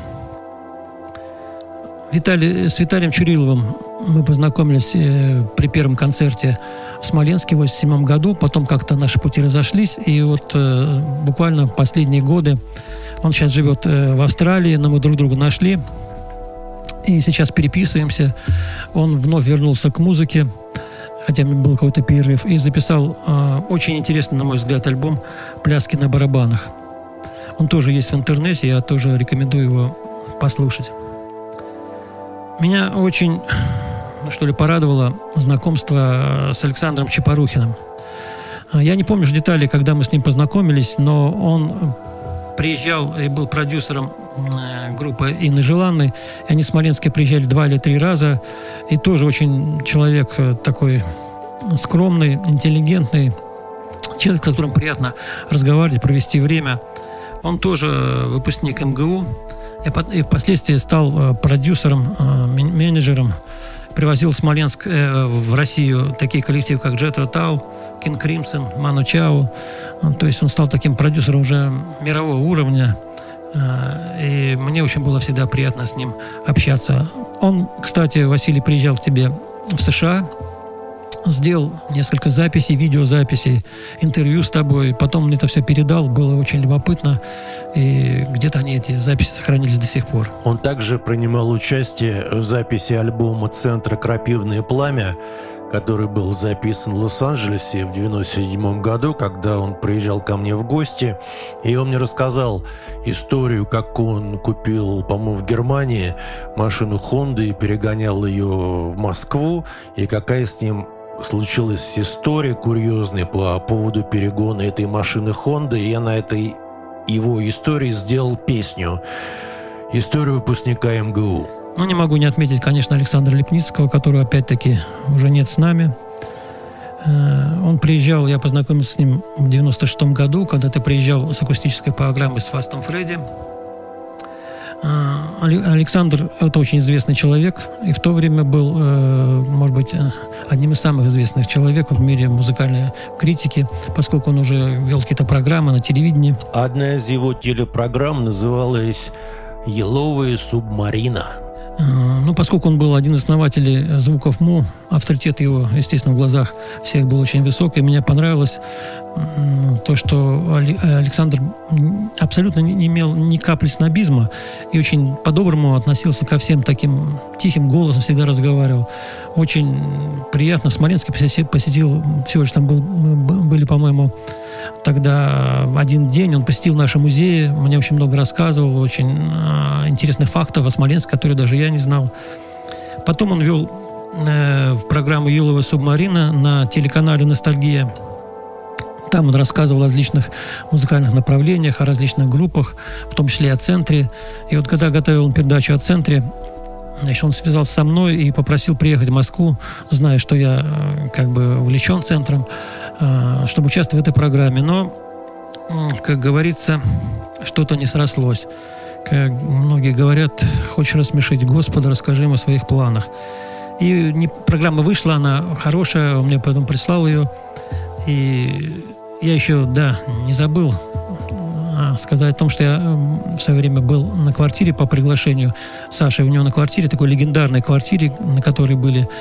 Speaker 2: С Виталием Чуриловым мы познакомились при первом концерте в Смоленске в 1987 году. Потом как-то наши пути разошлись. И вот буквально последние годы он сейчас живет в Австралии, но мы друг друга нашли. И сейчас переписываемся. Он вновь вернулся к музыке, хотя был какой-то перерыв, и записал очень интересный, на мой взгляд, альбом «Пляски на барабанах». Он тоже есть в интернете, я тоже рекомендую его послушать. Меня очень, порадовало знакомство с Александром Чапорухиным. Я не помню деталей, когда мы с ним познакомились, но он приезжал и был продюсером группы Инны Желанной. И они в Смоленске приезжали 2 или 3 раза. И тоже очень человек такой скромный, интеллигентный человек, с которым приятно разговаривать, провести время. Он тоже выпускник МГУ и впоследствии стал продюсером, менеджером. Привозил в Смоленск, в Россию такие коллективы, как Джетро Тал, Кинг Кримсон, Ману Чао. То есть он стал таким продюсером уже мирового уровня. И мне очень было всегда приятно с ним общаться. Он, кстати, Василий, приезжал к тебе в США, сделал несколько записей, видеозаписей, интервью с тобой. Потом он это все передал, было очень любопытно. И где-то они, эти записи, сохранились до сих пор.
Speaker 1: Он также принимал участие в записи альбома Центра «Крапивное пламя», который был записан в Лос-Анджелесе в 1997 году, когда он приезжал ко мне в гости. И он мне рассказал историю, как он купил, по-моему, в Германии машину Honda и перегонял ее в Москву, и какая с ним случилась история курьезная по поводу перегона этой машины Honda, и я на этой его истории сделал песню, историю выпускника МГУ.
Speaker 2: Ну, не могу не отметить, конечно, Александра Лепницкого, которого, опять-таки, уже нет с нами. Он приезжал, я познакомился с ним в 96-м году, когда ты приезжал с акустической программой с Фастом Фредди. Александр – это очень известный человек, и в то время был, может быть, одним из самых известных человек в мире музыкальной критики, поскольку он уже вел какие-то программы на телевидении.
Speaker 1: Одна из его телепрограмм называлась «Еловая субмарина».
Speaker 2: Ну, поскольку он был один из основателей звуков МУ, авторитет его, естественно, в глазах всех был очень высокий. И мне понравилось то, что Александр абсолютно не имел ни капли снобизма и очень по-доброму относился ко всем, таким тихим голосом всегда разговаривал. Очень приятно. В Смоленске посетил, всего лишь там мы были, по-моему, тогда один день. Он посетил наши музеи, мне очень много рассказывал, очень интересных фактов о Смоленске, которые даже я не знал. Потом он вел в программу «Еловая субмарина» на телеканале «Ностальгия». Там он рассказывал о различных музыкальных направлениях, о различных группах, в том числе о «Центре». И вот когда готовил передачу о «Центре», значит, он связался со мной и попросил приехать в Москву, зная, что я как бы увлечен «Центром», чтобы участвовать в этой программе. Но, как говорится, что-то не срослось. Как многие говорят, хочешь рассмешить Господа, расскажи им о своих планах. И программа вышла, она хорошая, он мне потом прислал ее. И я еще, не забыл сказать о том, что я в свое время был на квартире по приглашению Саши. У него на квартире, такой легендарной квартире, на которой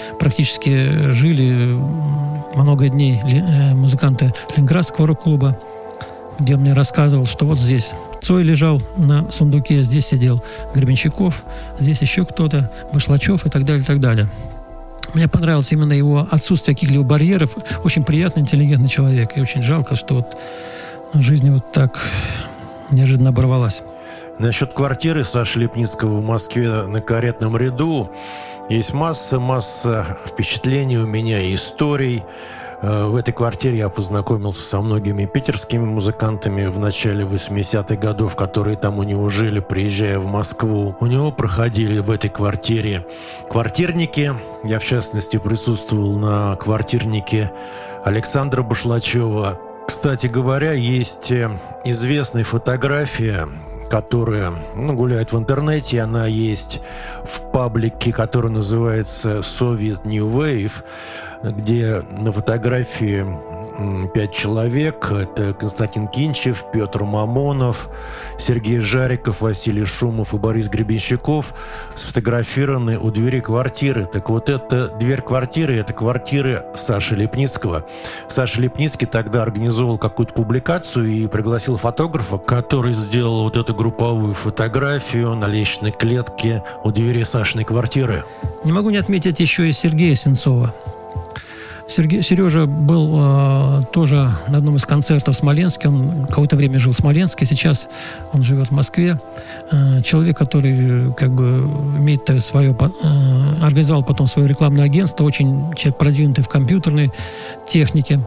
Speaker 2: жили много дней музыканты Ленинградского рок-клуба, где он мне рассказывал, что вот здесь Цой лежал на сундуке, здесь сидел Гребенщиков, здесь еще кто-то, Башлачев и так далее, и так далее. Мне понравилось именно его отсутствие каких-либо барьеров. Очень приятный, интеллигентный человек. И очень жалко, что вот жизнь вот так неожиданно оборвалась.
Speaker 1: Насчет квартиры Саши Лепницкого в Москве на Каретном ряду есть масса впечатлений у меня и историй. В этой квартире я познакомился со многими питерскими музыкантами в начале 80-х годов, которые там у него жили, приезжая в Москву. У него проходили в этой квартире квартирники. Я, в частности, присутствовал на квартирнике Александра Башлачева. Кстати говоря, есть известная фотография, которая гуляет в интернете. Она есть в паблике, который называется Soviet New Wave, где на фотографии 5 человек. Это Константин Кинчев, Петр Мамонов, Сергей Жариков, Василий Шумов и Борис Гребенщиков сфотографированы у двери квартиры. Так вот, эта дверь квартиры – это квартира Саши Лепницкого. Саша Лепницкий тогда организовал какую-то публикацию и пригласил фотографа, который сделал вот эту групповую фотографию на лестничной клетке у двери Сашиной квартиры.
Speaker 2: Не могу не отметить еще и Сергея Сенцова. Сережа был тоже на одном из концертов в Смоленске. Он какое-то время жил в Смоленске, сейчас он живет в Москве. Человек, который как бы имеет свое, организовал потом свое рекламное агентство, очень человек продвинутый в компьютерной технике.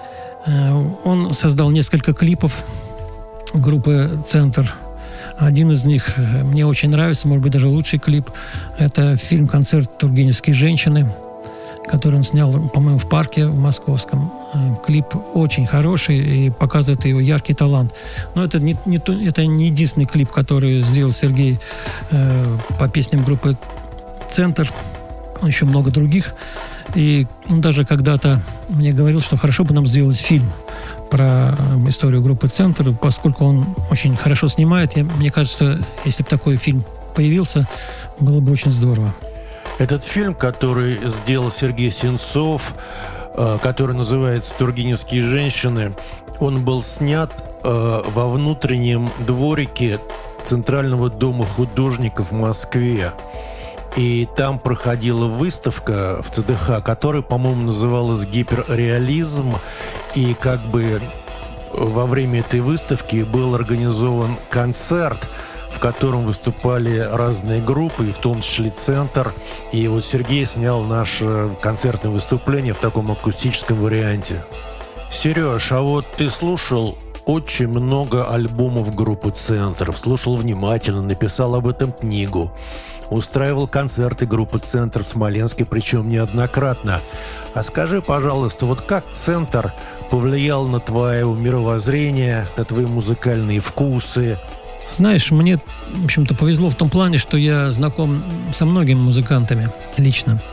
Speaker 2: Он создал несколько клипов группы «Центр». Один из них мне очень нравится, может быть, даже лучший клип. Это фильм-концерт «Тургеневские женщины», который он снял, по-моему, в парке в Московском. Клип очень хороший и показывает его яркий талант. Но это не единственный клип, который сделал Сергей по песням группы «Центр». Еще много других. И он даже когда-то мне говорил, что хорошо бы нам сделать фильм про историю группы «Центр», поскольку он очень хорошо снимает. Мне кажется, что если бы такой фильм появился, было бы очень здорово.
Speaker 1: Этот фильм, который сделал Сергей Сенцов, который называется «Тургеневские женщины», он был снят во внутреннем дворике Центрального дома художников в Москве. И там проходила выставка в ЦДХ, которая, по-моему, называлась «Гиперреализм». И как бы во время этой выставки был организован концерт, в котором выступали разные группы, и в том числе «Центр». И вот Сергей снял наше концертное выступление в таком акустическом варианте. Сереж, а вот ты слушал очень много альбомов группы «Центр», слушал внимательно, написал об этом книгу, устраивал концерты группы «Центр» в Смоленске, причем неоднократно. А скажи, пожалуйста, вот как «Центр» повлиял на твое мировоззрение, на твои музыкальные вкусы?
Speaker 2: Знаешь, мне, в общем-то, повезло в том плане, что я знаком со многими музыкантами лично.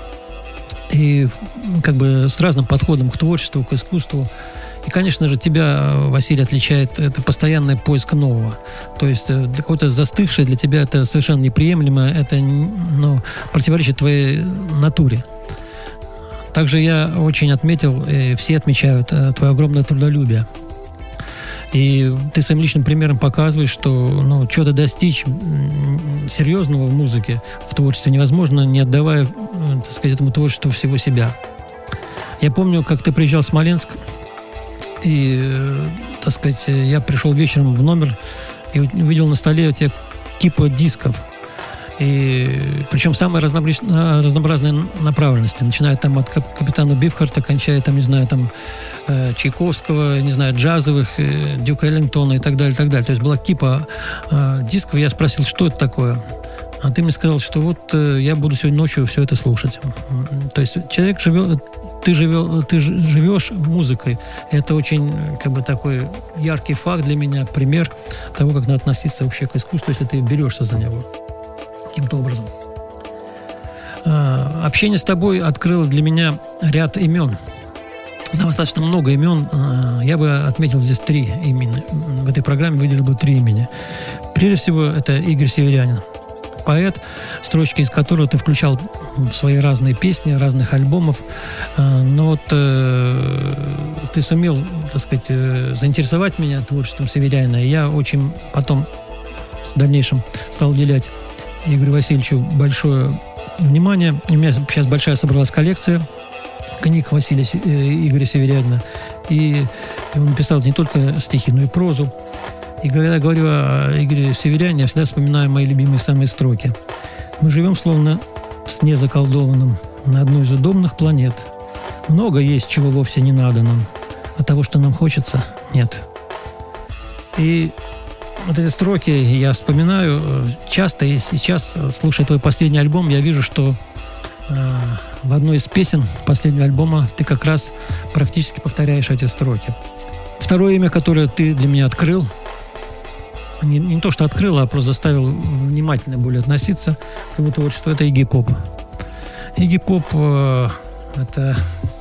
Speaker 2: И как бы с разным подходом к творчеству, к искусству. И, конечно же, тебя, Василий, отличает это постоянный поиск нового. То есть для какого-то застывшее для тебя это совершенно неприемлемо, это противоречит твоей натуре. Также я очень отметил, и все отмечают, твое огромное трудолюбие. И ты своим личным примером показываешь, что чего-то достичь серьезного в музыке, в творчестве невозможно, не отдавая, так сказать, этому творчеству всего себя. Я помню, как ты приезжал в Смоленск, и, так сказать, я пришел вечером в номер и увидел на столе у тебя кипу дисков. И причем самые разнообразные направленности. Начиная там от капитана Бифхарта, кончая там, не знаю, там Чайковского, не знаю, джазовых, Дюка Эллингтона и так далее, так далее. То есть была кипа дисков. Я спросил, что это такое? А ты мне сказал, что вот я буду сегодня ночью все это слушать. То есть человек живет, ты живешь музыкой. Это очень, как бы, такой яркий факт для меня, пример того, как надо относиться вообще к искусству, если ты берешься за него каким-то образом. Общение с тобой открыло для меня ряд имен. Достаточно много имен. Я бы отметил здесь 3 имени. В этой программе выделил бы 3 имени. Прежде всего, это Игорь Северянин. Поэт, строчки из которого ты включал в свои разные песни, разных альбомов. Но вот ты сумел, так сказать, заинтересовать меня творчеством Северянина. И я очень потом в дальнейшем стал уделять Игорю Васильевичу большое внимание. У меня сейчас большая собралась коллекция книг Игоря Северянина. И он написал не только стихи, но и прозу. И когда я говорю о Игоре Северянине, я всегда вспоминаю мои любимые самые строки. «Мы живем словно в сне заколдованном на одной из удобных планет. Много есть, чего вовсе не надо нам, а того, что нам хочется, нет». И вот эти строки я вспоминаю часто, и сейчас, слушая твой последний альбом, я вижу, что в одной из песен последнего альбома ты как раз практически повторяешь эти строки. Второе имя, которое ты для меня открыл, не то, что открыл, а просто заставил внимательно более относиться к его творчеству, это Игги Поп. Игги Поп это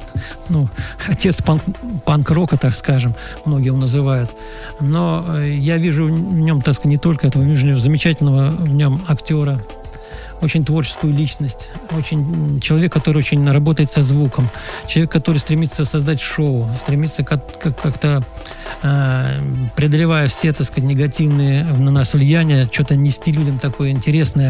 Speaker 2: отец панк-рока, так скажем, многие его называют. Но я вижу в нем, так сказать, не только этого, вижу замечательного в нем актера, очень творческую личность, очень человек, который очень работает со звуком, человек, который стремится создать шоу, стремится как-то преодолевая все, так сказать, негативные на нас влияния, что-то нести людям такое интересное,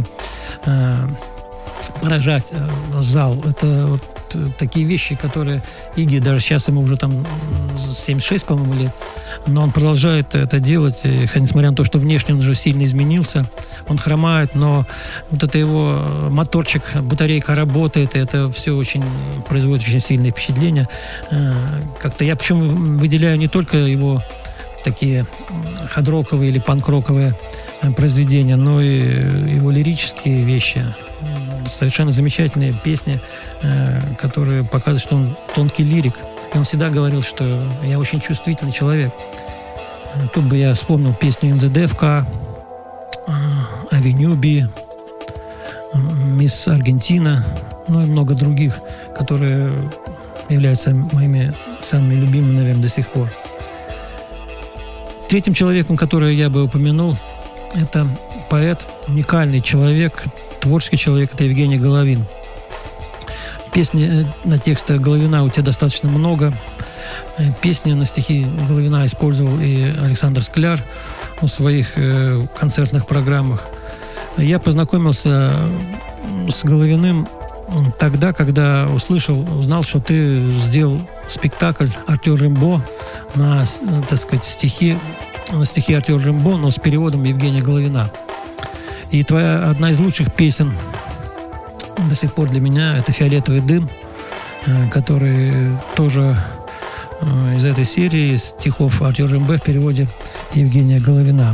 Speaker 2: поражать зал. Это вот такие вещи, которые Игги, даже сейчас ему уже там 76, по-моему, лет, но он продолжает это делать, и, несмотря на то, что внешне он уже сильно изменился, он хромает, но вот это его моторчик, батарейка работает, и это все очень производит очень сильное впечатление. Как-то я почему выделяю не только его такие хардроковые или панк-роковые произведения, но и его лирические вещи. совершенно замечательные песни, которые показывают, что он тонкий лирик. И он всегда говорил, что я очень чувствительный человек. Тут бы я вспомнил песню «In the DFK», «Avenue B», «Мисс Аргентина», ну и много других, которые являются моими самыми любимыми, наверное, до сих пор. Третьим человеком, который я бы упомянул, это поэт, уникальный человек, творческий человек, это Евгений Головин. Песни на текстах Головина у тебя достаточно много. Песни на стихи Головина использовал и Александр Скляр в своих концертных программах. Я познакомился с Головиным тогда, когда узнал, что ты сделал спектакль «Артур Римбо» на, так сказать, стихи Артура Римбо, но с переводом Евгения Головина. И твоя одна из лучших песен до сих пор для меня — это «Фиолетовый дым», который тоже из этой серии стихов Артура Римбо в переводе Евгения Головина.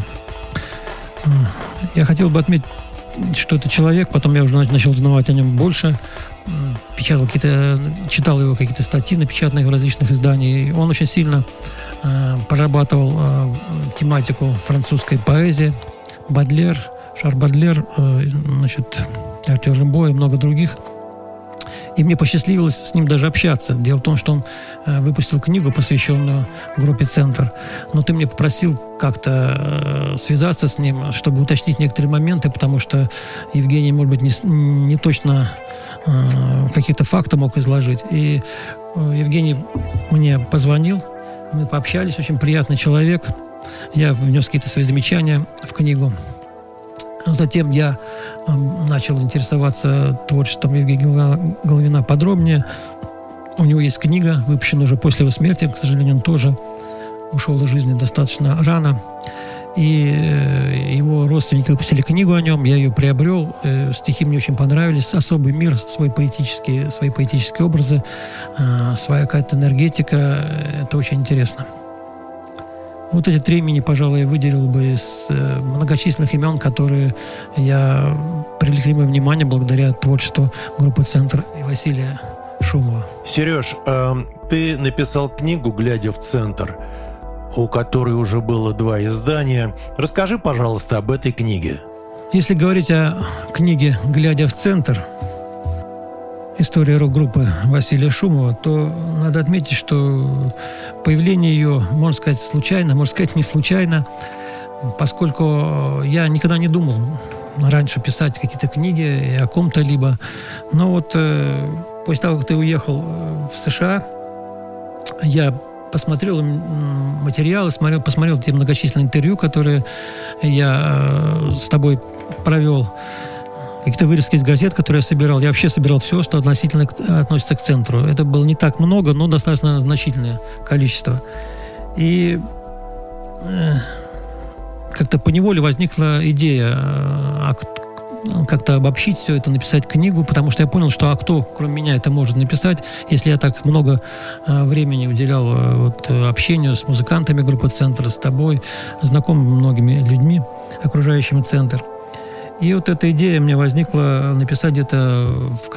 Speaker 2: Я хотел бы отметить, что это человек, потом я уже начал узнавать о нем больше, читал его какие-то статьи, напечатанные в различных изданиях. Он очень сильно прорабатывал тематику французской поэзии. Бодлер, Шарль Бодлер, Артур Римбо и много других. И мне посчастливилось с ним даже общаться. Дело в том, что он выпустил книгу, посвященную группе «Центр». Но ты мне попросил как-то связаться с ним, чтобы уточнить некоторые моменты, потому что Евгений, может быть, не точно какие-то факты мог изложить. И Евгений мне позвонил, мы пообщались, очень приятный человек. Я внес какие-то свои замечания в книгу. Затем я начал интересоваться творчеством Евгения Головина подробнее. У него есть книга, выпущенная уже после его смерти. К сожалению, он тоже ушел из жизни достаточно рано. И его родственники выпустили книгу о нем. Я ее приобрел. Стихи мне очень понравились. Особый мир, свои поэтические образы, своя какая-то энергетика. Это очень интересно. Вот эти три имени, пожалуй, я выделил бы из многочисленных имен, которые привлекли мое внимание благодаря творчеству группы «Центр» и Василия Шумова.
Speaker 1: Сереж, ты написал книгу «Глядя в центр», у которой уже было 2 издания. Расскажи, пожалуйста, об этой книге.
Speaker 2: Если говорить о книге «Глядя в центр», история рок-группы Василия Шумова, то надо отметить, что появление ее, можно сказать, случайно, можно сказать, не случайно, поскольку я никогда не думал раньше писать какие-то книги о ком-то либо. Но вот после того, как ты уехал в США, я посмотрел материалы, посмотрел те многочисленные интервью, которые я с тобой провел, какие-то вырезки из газет, которые я собирал. Я вообще собирал все, что относительно относится к центру. Это было не так много, но достаточно значительное количество. И как-то поневоле возникла идея как-то обобщить все это, написать книгу, потому что я понял, что кто, кроме меня, это может написать, если я так много времени уделял общению с музыкантами группы «Центр», с тобой, знакомыми многими людьми, окружающими «Центр». И вот эта идея мне возникла написать где-то в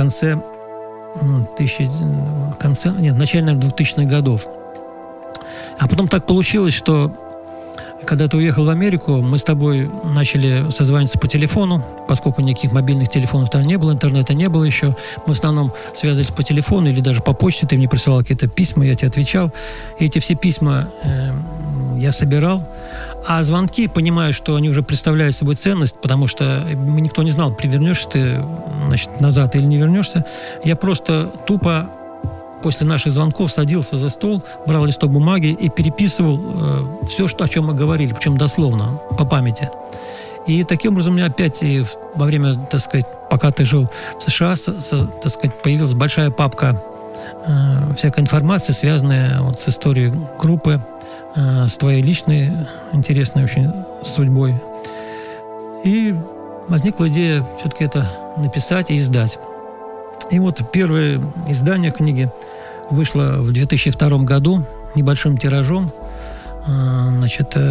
Speaker 2: начале 2000-х годов. А потом так получилось, что когда ты уехал в Америку, мы с тобой начали созваниваться по телефону, поскольку никаких мобильных телефонов там не было, интернета не было еще. Мы в основном связывались по телефону или даже по почте. Ты мне присылал какие-то письма, я тебе отвечал. И эти все письма я собирал. А звонки, понимая, что они уже представляют собой ценность, потому что никто не знал, вернешься ты назад или не вернешься, я просто тупо после наших звонков садился за стол, брал листок бумаги и переписывал все, о чем мы говорили, причем дословно, по памяти. И таким образом у меня опять во время, так сказать, пока ты жил в США, так сказать, появилась большая папка всякой информации, связанная с историей группы, с твоей личной, интересной очень судьбой. И возникла идея все-таки это написать и издать. И вот первое издание книги вышло в 2002 году небольшим тиражом.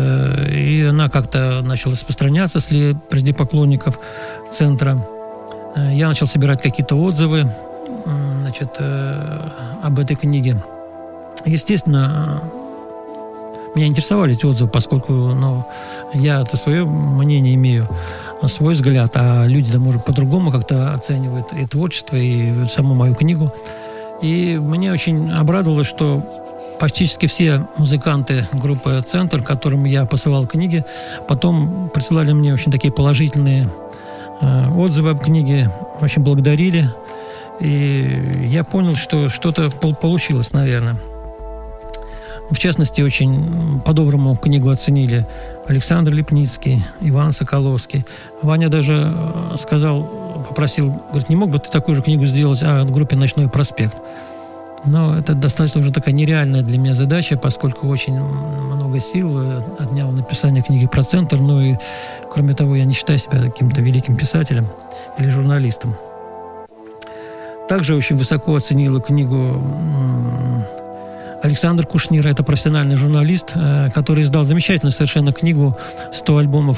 Speaker 2: И она как-то начала распространяться среди поклонников «Центра». я начал собирать какие-то отзывы, значит, об этой книге. Естественно, меня интересовали эти отзывы, поскольку я-то свое мнение имею, свой взгляд, а люди, может, по-другому как-то оценивают и творчество, и саму мою книгу. И мне очень обрадовало, что практически все музыканты группы «Центр», которым я посылал книги, потом присылали мне очень такие положительные отзывы об книге, очень благодарили. И я понял, что что-то получилось, наверное. В частности, очень по-доброму книгу оценили Александр Лепницкий, Иван Соколовский. Ваня даже попросил, говорит, не мог бы ты такую же книгу сделать о группе «Ночной проспект». Но это достаточно уже такая нереальная для меня задача, поскольку очень много сил отнял написание книги про «Центр». Ну и, кроме того, я не считаю себя каким-то великим писателем или журналистом. Также очень высоко оценила книгу Александр Кушнир, это профессиональный журналист, который издал замечательную совершенно книгу «100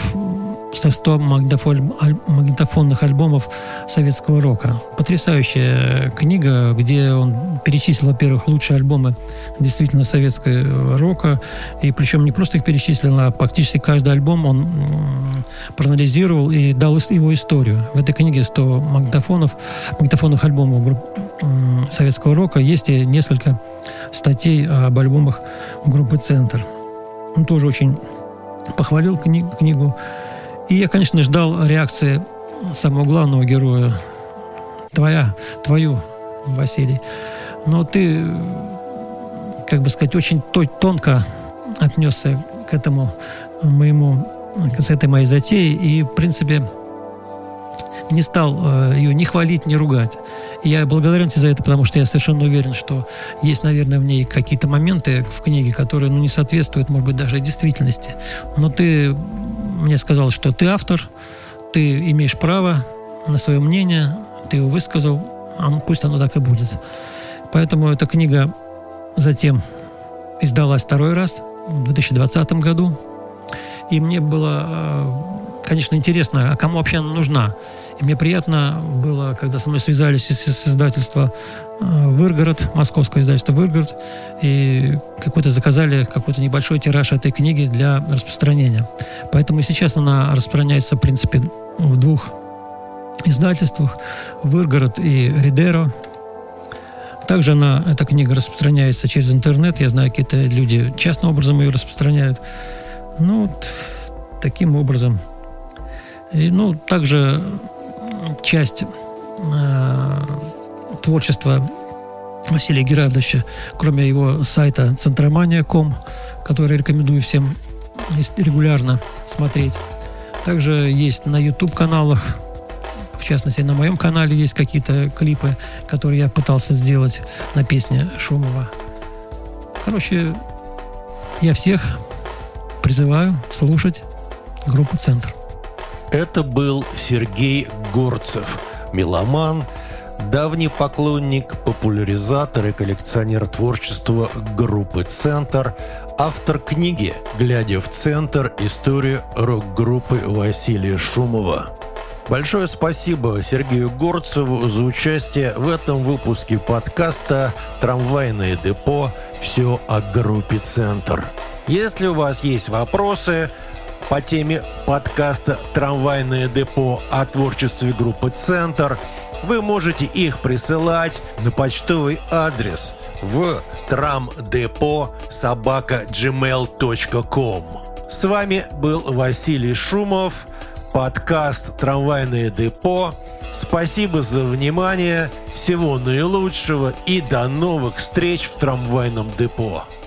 Speaker 2: магнитофонных альбомов советского рока». Потрясающая книга, где он перечислил, во-первых, лучшие альбомы действительно советского рока, и причем не просто их перечислил, а практически каждый альбом он проанализировал и дал его историю. В этой книге 100 магнитофонных альбомов советского рока есть и несколько статей об альбомах группы «Центр». Он тоже очень похвалил книгу. И я, конечно, ждал реакции самого главного героя, твою, Василий. Но ты, очень тонко отнесся к этой моей затее и, в принципе, не стал ее ни хвалить, ни ругать. И я благодарен тебе за это, потому что я совершенно уверен, что есть, наверное, в ней какие-то моменты в книге, которые не соответствуют, может быть, даже действительности. Но ты мне сказал, что ты автор, ты имеешь право на свое мнение, ты его высказал, пусть оно так и будет. Поэтому эта книга затем издалась второй раз, в 2020 году. И мне было, конечно, интересно, а кому вообще она нужна? И мне приятно было, когда со мной связались с издательства «Выргород», московское издательство «Выргород», и заказали какой-то небольшой тираж этой книги для распространения. Поэтому и сейчас она распространяется, в принципе, в 2 издательствах «Выргород» и «Ридеро». Также эта книга распространяется через интернет. Я знаю, какие-то люди частным образом ее распространяют. Таким образом. И, также часть творчества Василия Герардовича, кроме его сайта «Центромания.ком», который я рекомендую всем регулярно смотреть. Также есть на YouTube-каналах, в частности, на моем канале есть какие-то клипы, которые я пытался сделать на песне Шумова. Я всех призываю слушать группу «Центр».
Speaker 1: Это был Сергей Горцев, меломан, давний поклонник, популяризатор и коллекционер творчества группы «Центр», автор книги «Глядя в центр. История рок-группы Василия Шумова». Большое спасибо Сергею Горцеву за участие в этом выпуске подкаста «Трамвайное депо. Все о группе «Центр». Если у вас есть вопросы по теме подкаста «Трамвайное депо» о творчестве группы «Центр», вы можете их присылать на почтовый адрес в tramdepo@gmail.com. С вами был Василий Шумов, подкаст «Трамвайное депо». Спасибо за внимание, всего наилучшего и до новых встреч в трамвайном депо.